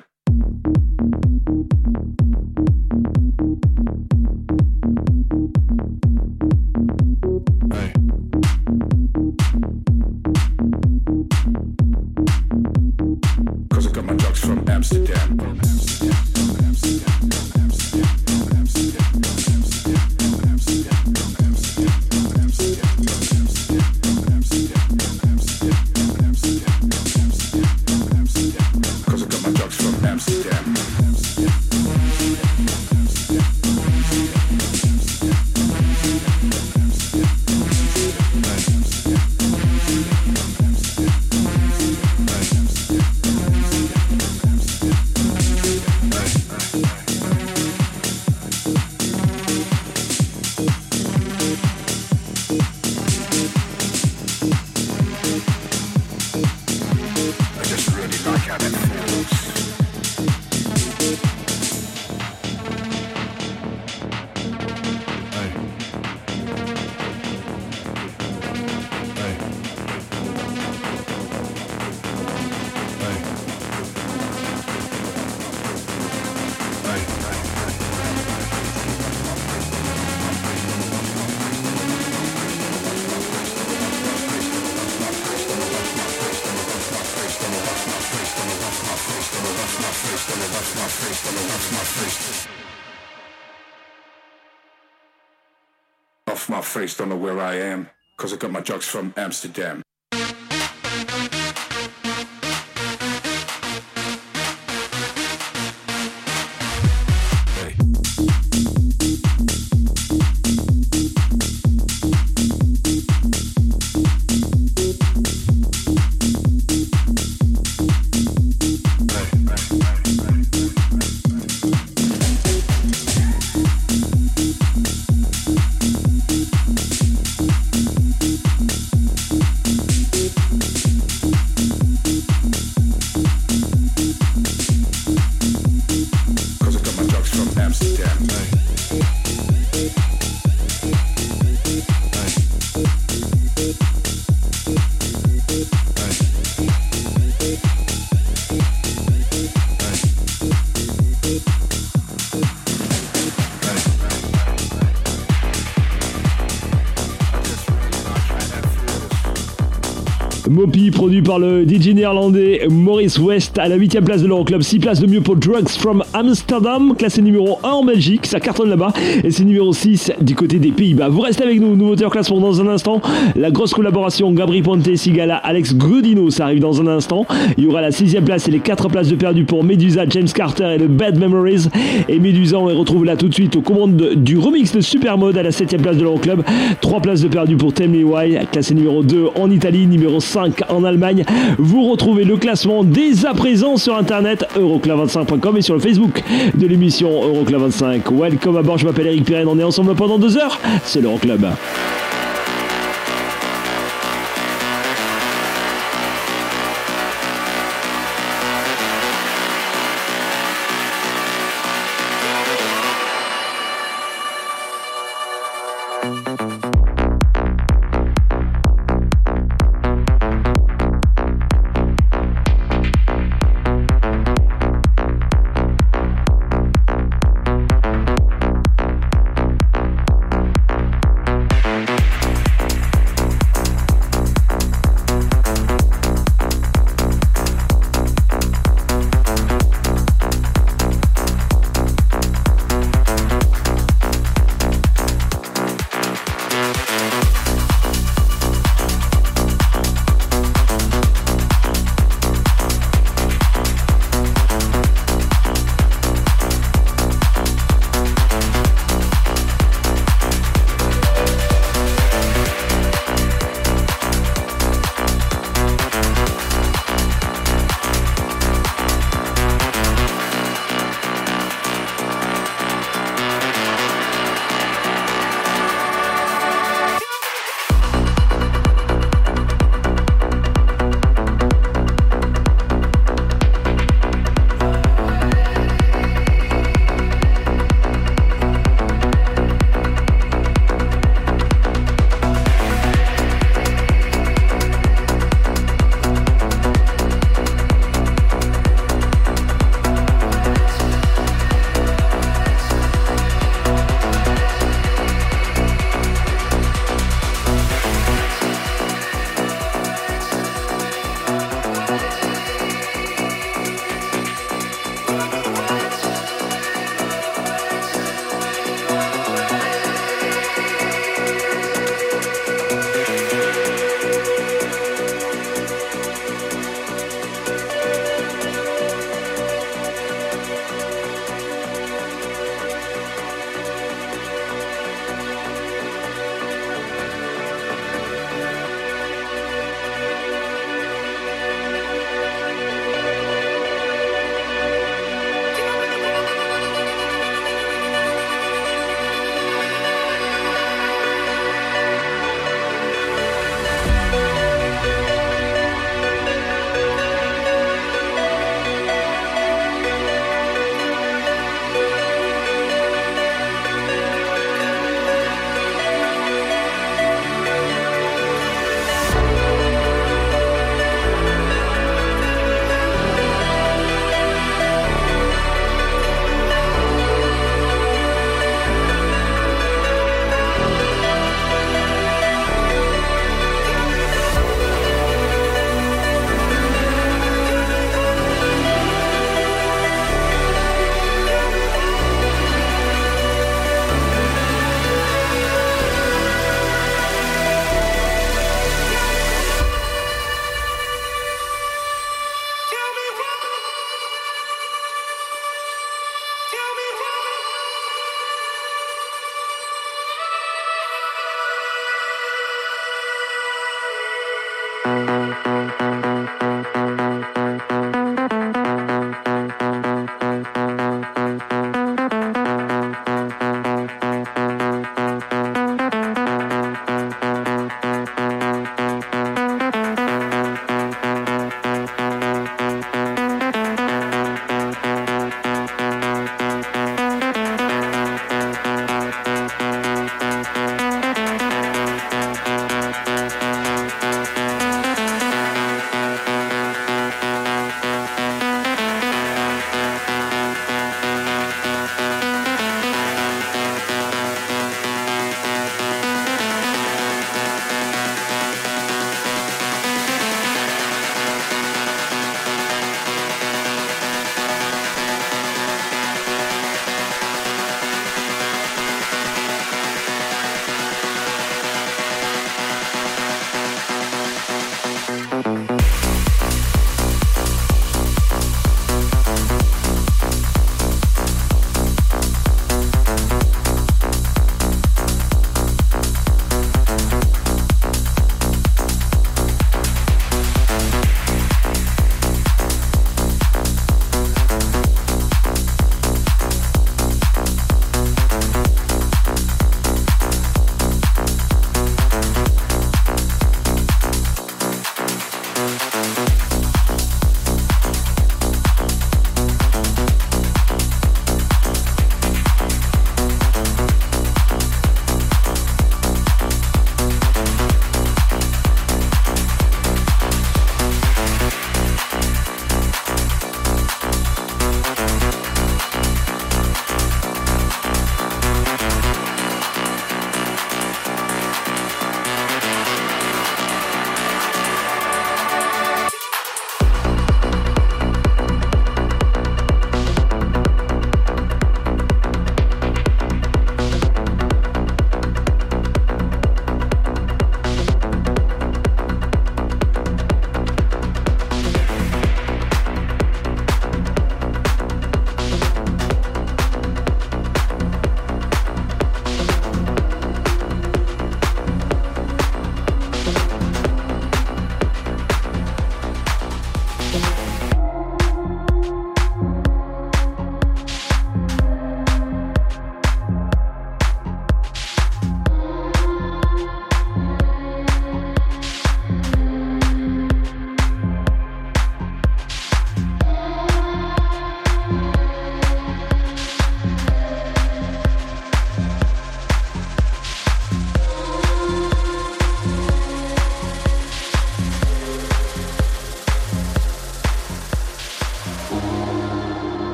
Cause I got my drugs from Amsterdam. Off my face, don't know where I am, cause I got my drugs from Amsterdam. Mopi, produit par le DJ néerlandais Maurice West, à la 8ème place de l'Euroclub. 6 places de mieux pour Drugs from Amsterdam, classé numéro 1 en Belgique, ça cartonne là-bas, et c'est numéro 6 du côté des Pays-Bas. Vous restez avec nous, nouveauté en classement dans un instant. La grosse collaboration Gabri Ponte, Sigala, Alex Godino, ça arrive dans un instant. Il y aura la 6ème place et les 4 places de perdu pour Medusa, James Carter et le Bad Memories. Et Medusa, on les retrouve là tout de suite aux commandes du remix de Supermode à la 7ème place de l'Euroclub. 3 places de perdu pour Tell Me Why, classé numéro 2 en Italie, numéro 5 en Allemagne. Vous retrouvez le classement dès à présent sur internet, euroclub25.com, et sur le Facebook de l'émission Euroclub 25. Welcome à bord, je m'appelle Eric Pirenne, on est ensemble pendant 2 heures, c'est l'Euroclub.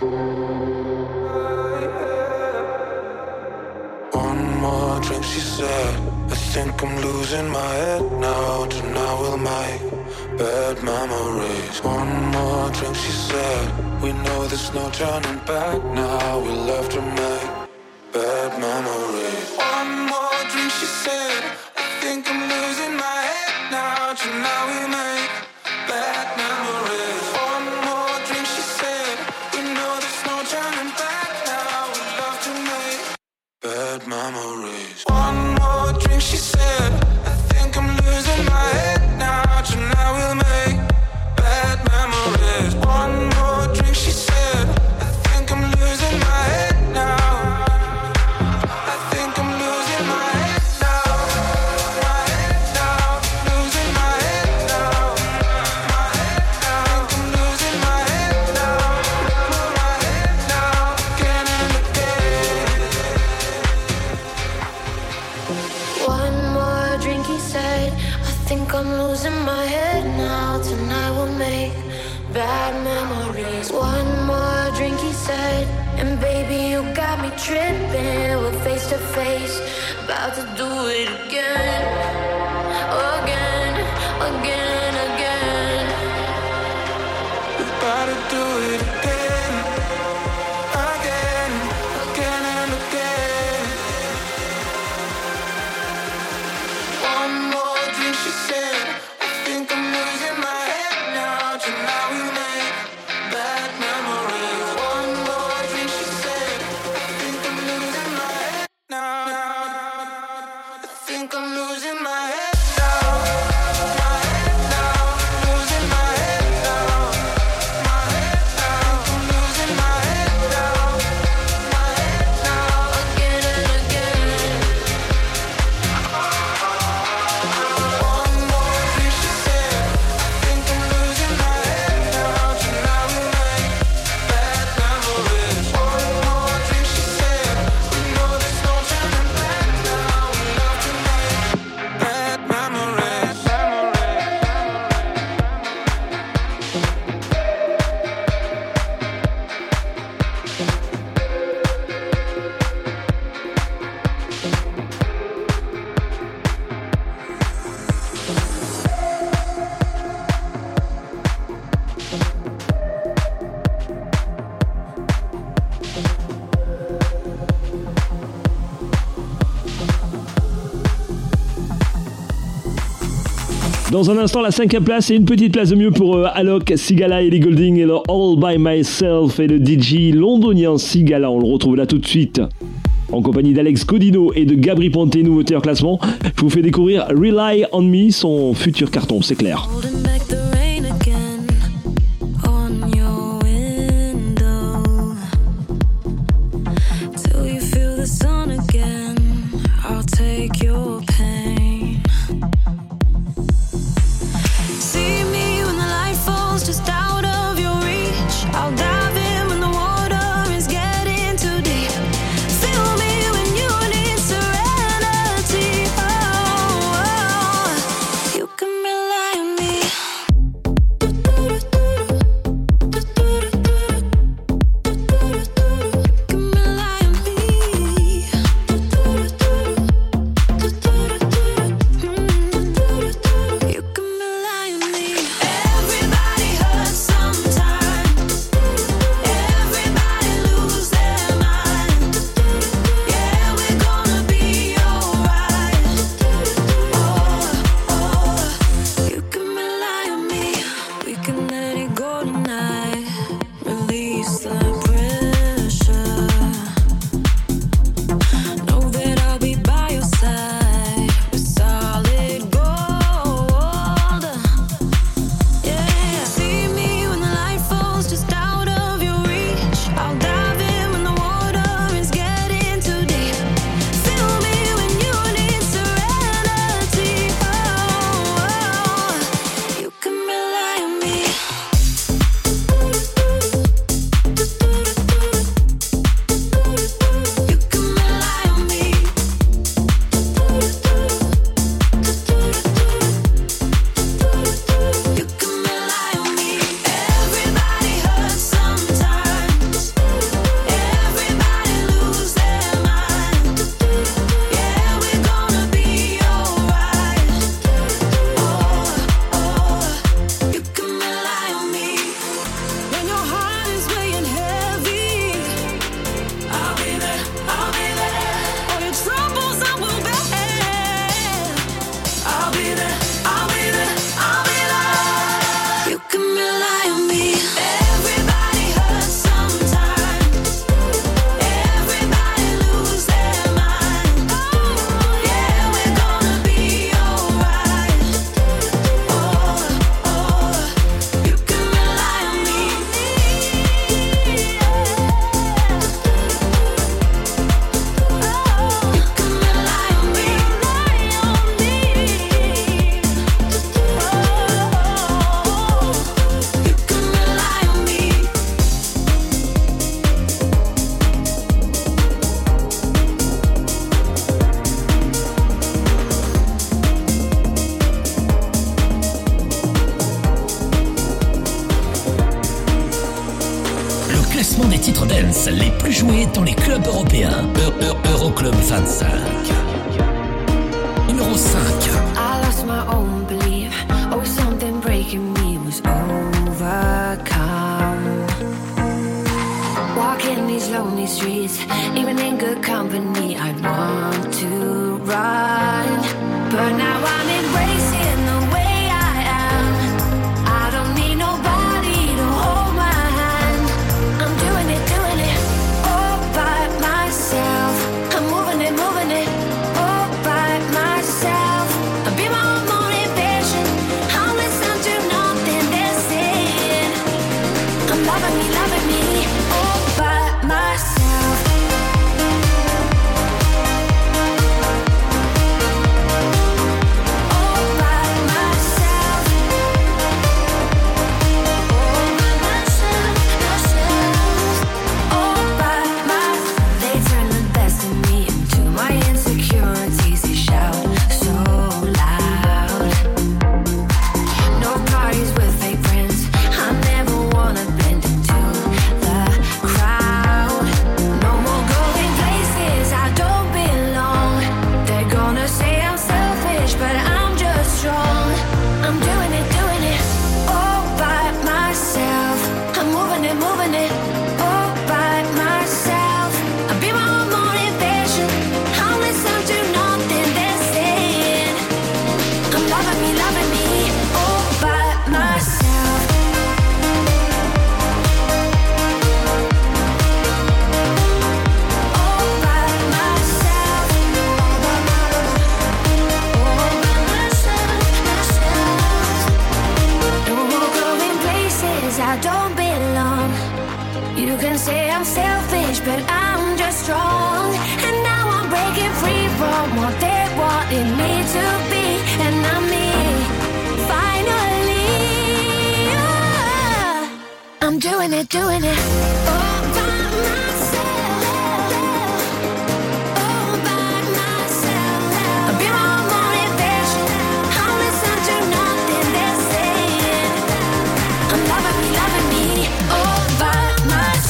One more drink, she said. I think I'm losing my head now. Tonight we'll make bad memories. One more drink, she said. We know there's no turning back now. We'll have to make bad memories. One more drink, she said. I think I'm losing my head now. Tonight we make bad memories. One more drink, she said. We know there's no turning back now. We'll have to make bad memories. One more drink, she said. I think I'm losing my head now. Tonight we'll make bad memories. One more drink, she said. I think I'm losing my head now. I think I'm losing my head now. My head now. Losing my head now. My head now. I think I'm losing my head now. My head now. Again and again. One more drink, he said. I think I'm losing my head now. Tonight we'll make bad memories. One more drink, he said. And baby, you got me tripping. We're face to face, about to do it again. Again, again, again. We're about to do it again. Again, again and again. One more drink, she said. I think I'm losing my head now. Tonight we make bad memories. One more drink, she said. I think I'm losing my head now. I think I'm losing my head now. My head now. Losing my head now. My head now. I'm losing my head now. My head now. Again and again. One more drink, she said. I think I'm losing my head now. Tonight we make bad memories. One more drink, she said. We know there's no turning back now. We love to make bad memories. Dans un instant, la 5e place et une petite place de mieux pour Alok, Sigala et Ellie Goulding et le All By Myself et le DJ londonien Sigala. On le retrouve là tout de suite. En compagnie d'Alex Codino et de Gabri Ponte, nouveauté en classement. Je vous fais découvrir Rely On Me, son futur carton, c'est clair. Holding back the rain again on your window till you feel the sun again. I'll take your pain. See me when the light falls just out of your reach. I'll dive in when the water is getting too deep. Feel me when you need serenity. Oh, oh. You can rely on me. classement des titres dance les plus joués dans les clubs européens. Euroclub 25. Numéro 5. I lost my own belief. Oh, something breaking me was overcome. Walking these lonely streets, even in good company, I'd want to run. But now I'm embracing the way I am. I don't need nobody to hold my hand. I'm doing it all by myself. I'm moving it all by myself. I'll be my own motivation. I'll listen to nothing they're saying. I'm loving me all by myself. But I'm just strong, and now I'm breaking free from what they wanted me to be, and I'm me, finally. I'm doing it all by myself, all by myself. I'll be my own motivation. I'll listen to nothing they're saying. I'm loving me all by myself.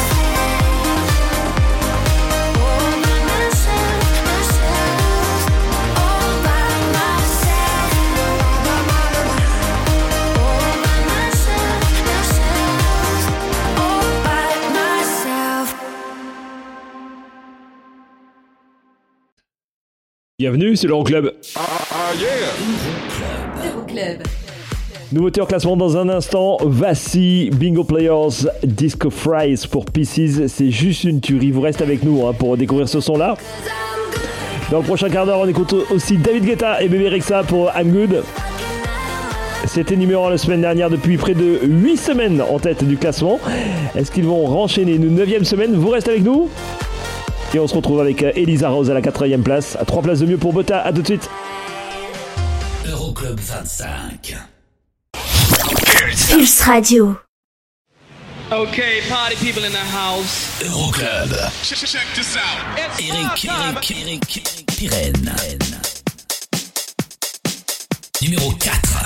Bienvenue, c'est l'Euroclub. Euroclub. Nouveauté en classement dans un instant. Voici Bingo Players Disco Fries pour Pieces. C'est juste une tuerie. Vous restez avec nous pour découvrir ce son-là. Dans le prochain quart d'heure, on écoute aussi David Guetta et Bébé Rexha pour I'm Good. C'était numéro 1 la semaine dernière depuis près de 8 semaines en tête du classement. Est-ce qu'ils vont renchaîner une 9e semaine? Vous restez avec nous. Et on se retrouve avec Elisa Rose à la 4e place. À 3 places de mieux pour Botta. À tout de suite. Euroclub 25. Pulse Radio. Okay, party people in the house. Euroclub. Check this out. Eric Pirenne. Numéro 4.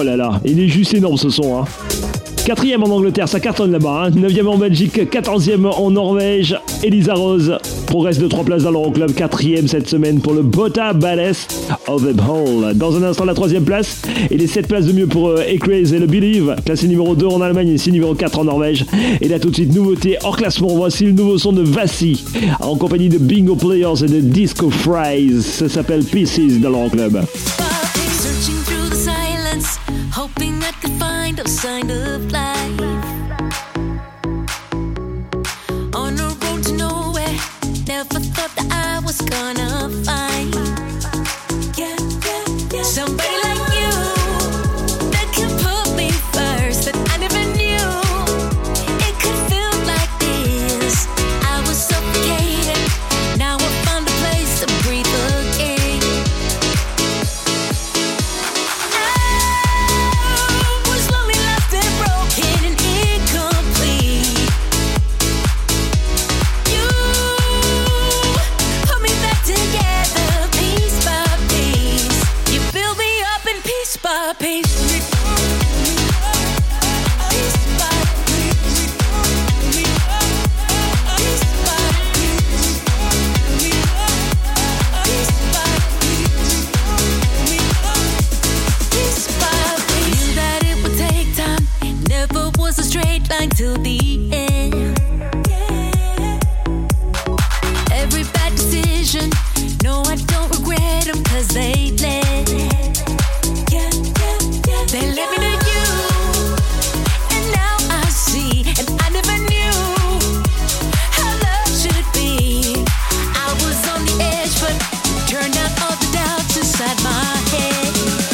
Oh là là, il est juste énorme ce son, hein. 4e en Angleterre, ça cartonne là-bas, hein. 9e en Belgique, 14e en Norvège. Elisa Rose progresse de 3 places dans l'Euroclub, 4e cette semaine pour le Botta Baddest of the Hall. Dans un instant, la 3e place et les 7 places de mieux pour Acraze et le Believe, classé numéro 2 en Allemagne et ici numéro 4 en Norvège. Et là tout de suite, nouveauté hors classement, voici le nouveau son de Vassi en compagnie de Bingo Players et de Disco Fries. Ça s'appelle Pieces dans l'Euroclub. Hoping I could find a sign of life on a road to nowhere. Never thought that I was gonna find somebody like you that can put me first. That I never knew it could feel like this. I was suffocated. Now I found a place to breathe again. Till the end. Every bad decision, no, I don't regret them, 'cause they led me to you. And now I see, and I never knew how love should be. I was on the edge, but turned out all the doubts inside my head.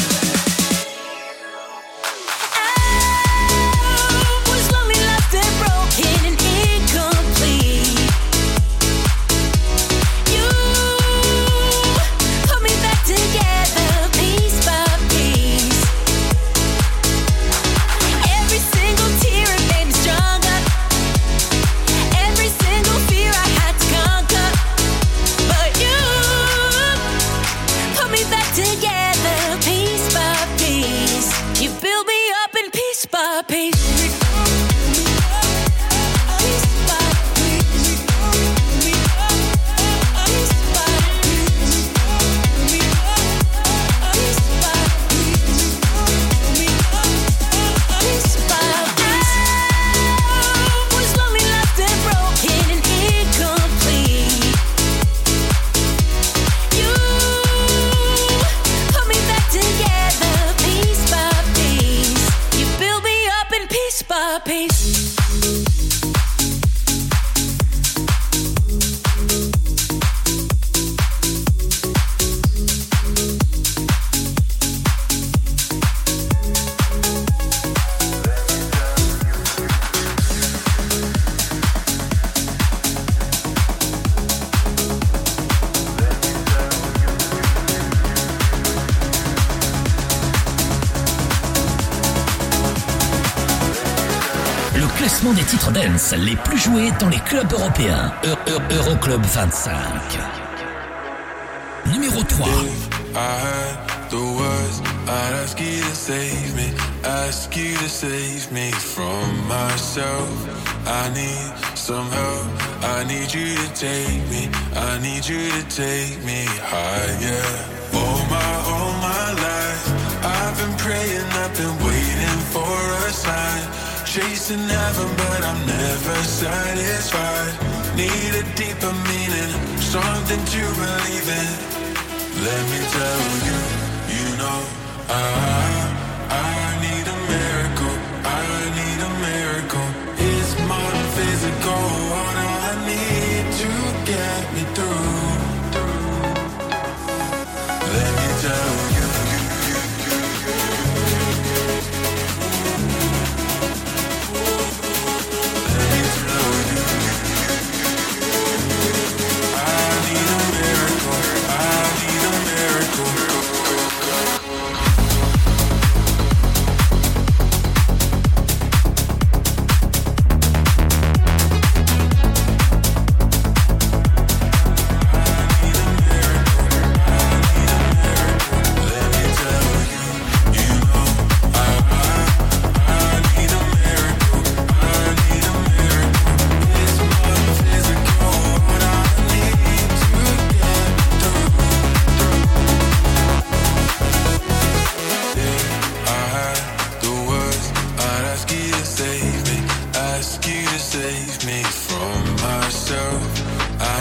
Des titres dance les plus joués dans les clubs européens. Euroclub 25. Numéro 3. I heard the words, I'd ask you to save me, ask you to save me from myself. I need some help, I need you to take me, I need you to take me higher. All my life, I've been praying, I've been waiting for a sign. Chasing heaven, but I'm never satisfied. Need a deeper meaning, something to believe in. Let me tell you, you know, I need a miracle, I need a miracle. It's more than physical, what I need to get me through. Let me tell you.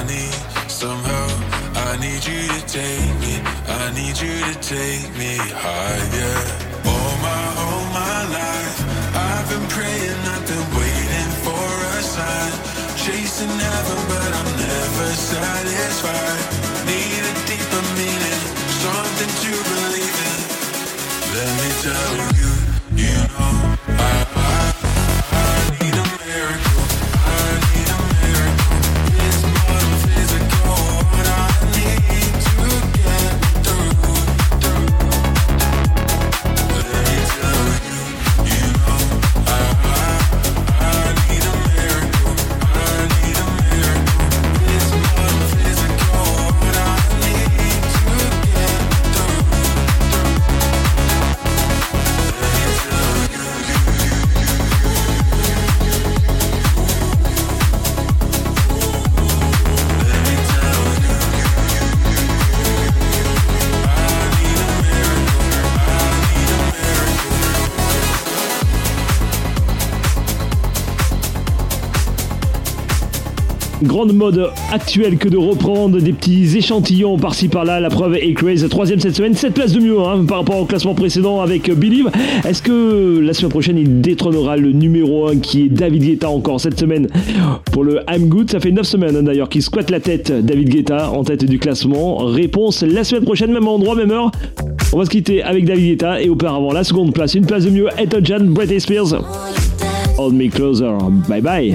Somehow I need you to take me, I need you to take me higher. All my life I've been praying, I've been waiting for a sign. Chasing heaven but I'm never satisfied. Need a deeper meaning, something to believe in. Let me tell you, you know I need a miracle. I need a miracle. It's more than physical. What I need to get through. Let me tell you, you know I need a miracle. I need a miracle. It's more than physical. What I need to get through. Let me tell you. Grande mode actuelle que de reprendre des petits échantillons par-ci par-là. La preuve est Craze, 3ème cette semaine, 7 places de mieux par rapport au classement précédent avec Believe. Est-ce que la semaine prochaine il détrônera le numéro 1 qui est David Guetta encore cette semaine pour le I'm Good? Ça fait 9 semaines d'ailleurs qu'il squatte la tête, David Guetta en tête du classement. Réponse la semaine prochaine, même endroit, même heure. On va se quitter avec David Guetta et auparavant la seconde place, une place de mieux, Elton John, Britney Spears. Hold Me Closer, bye bye.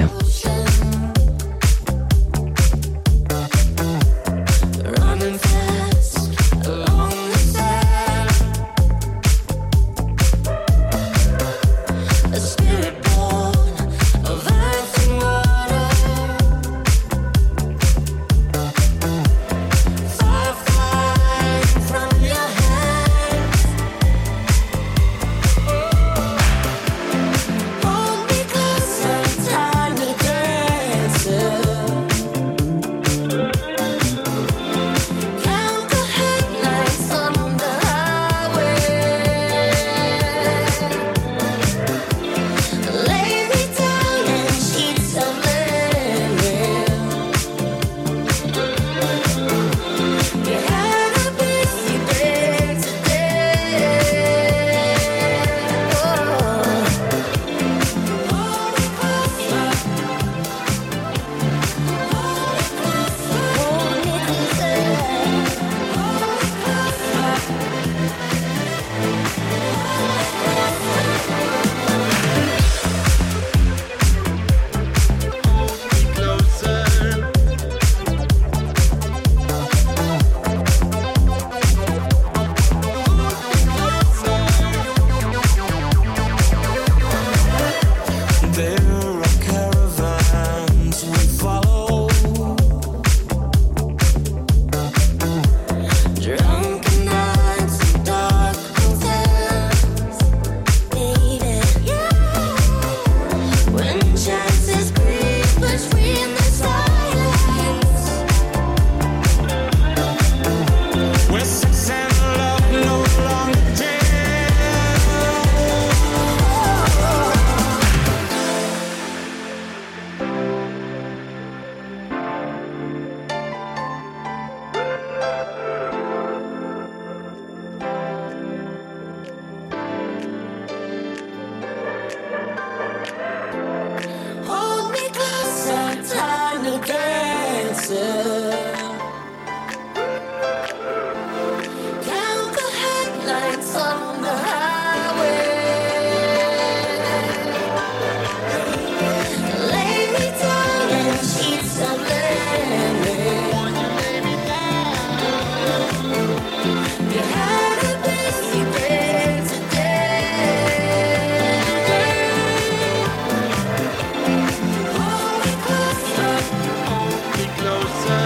Closer.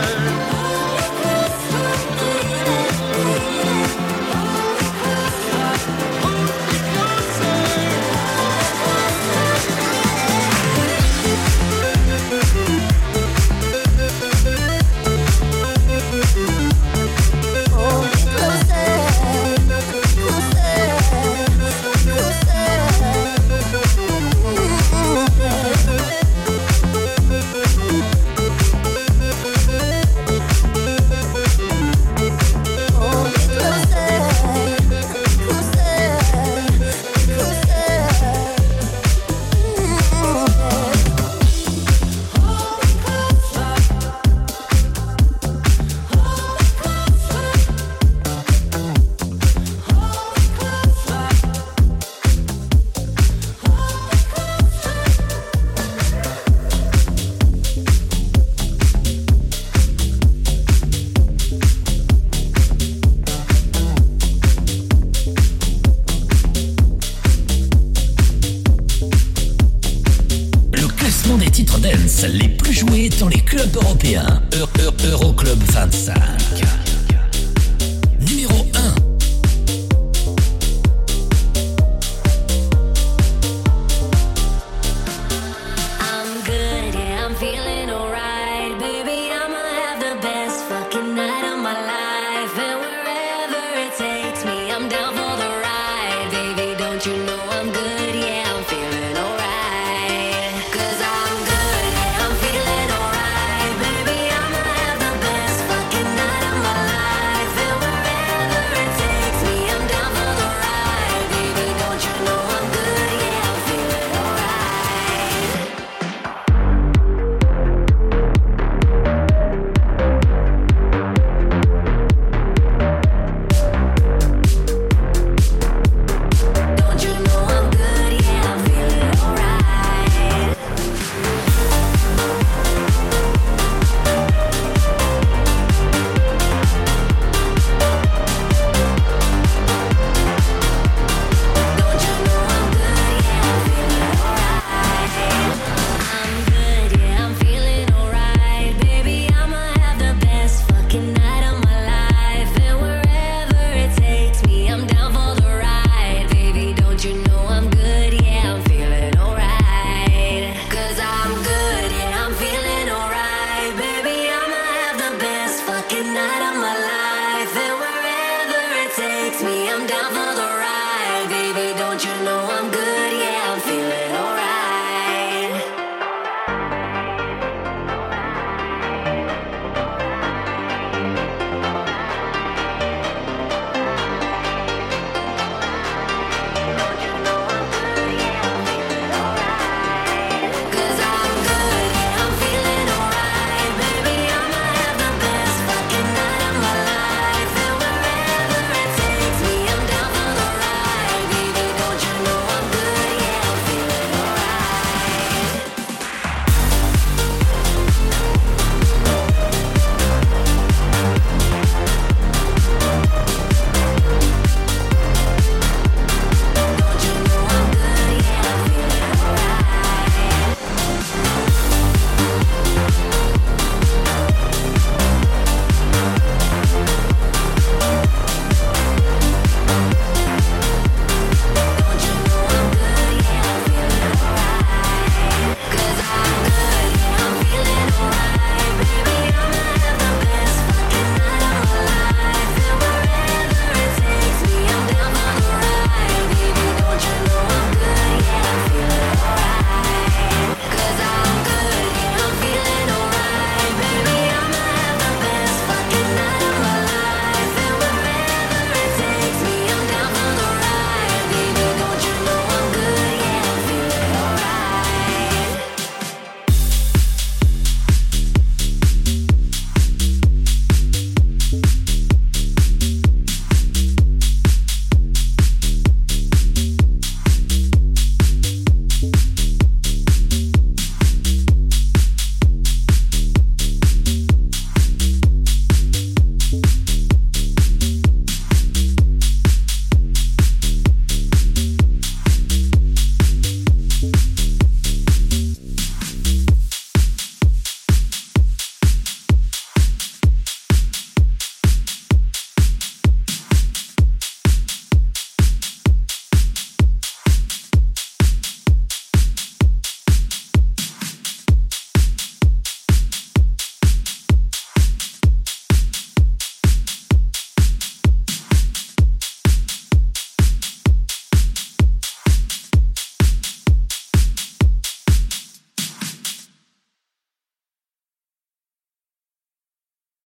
classement des titres dance les plus joués dans les clubs européens. Euroclub 25.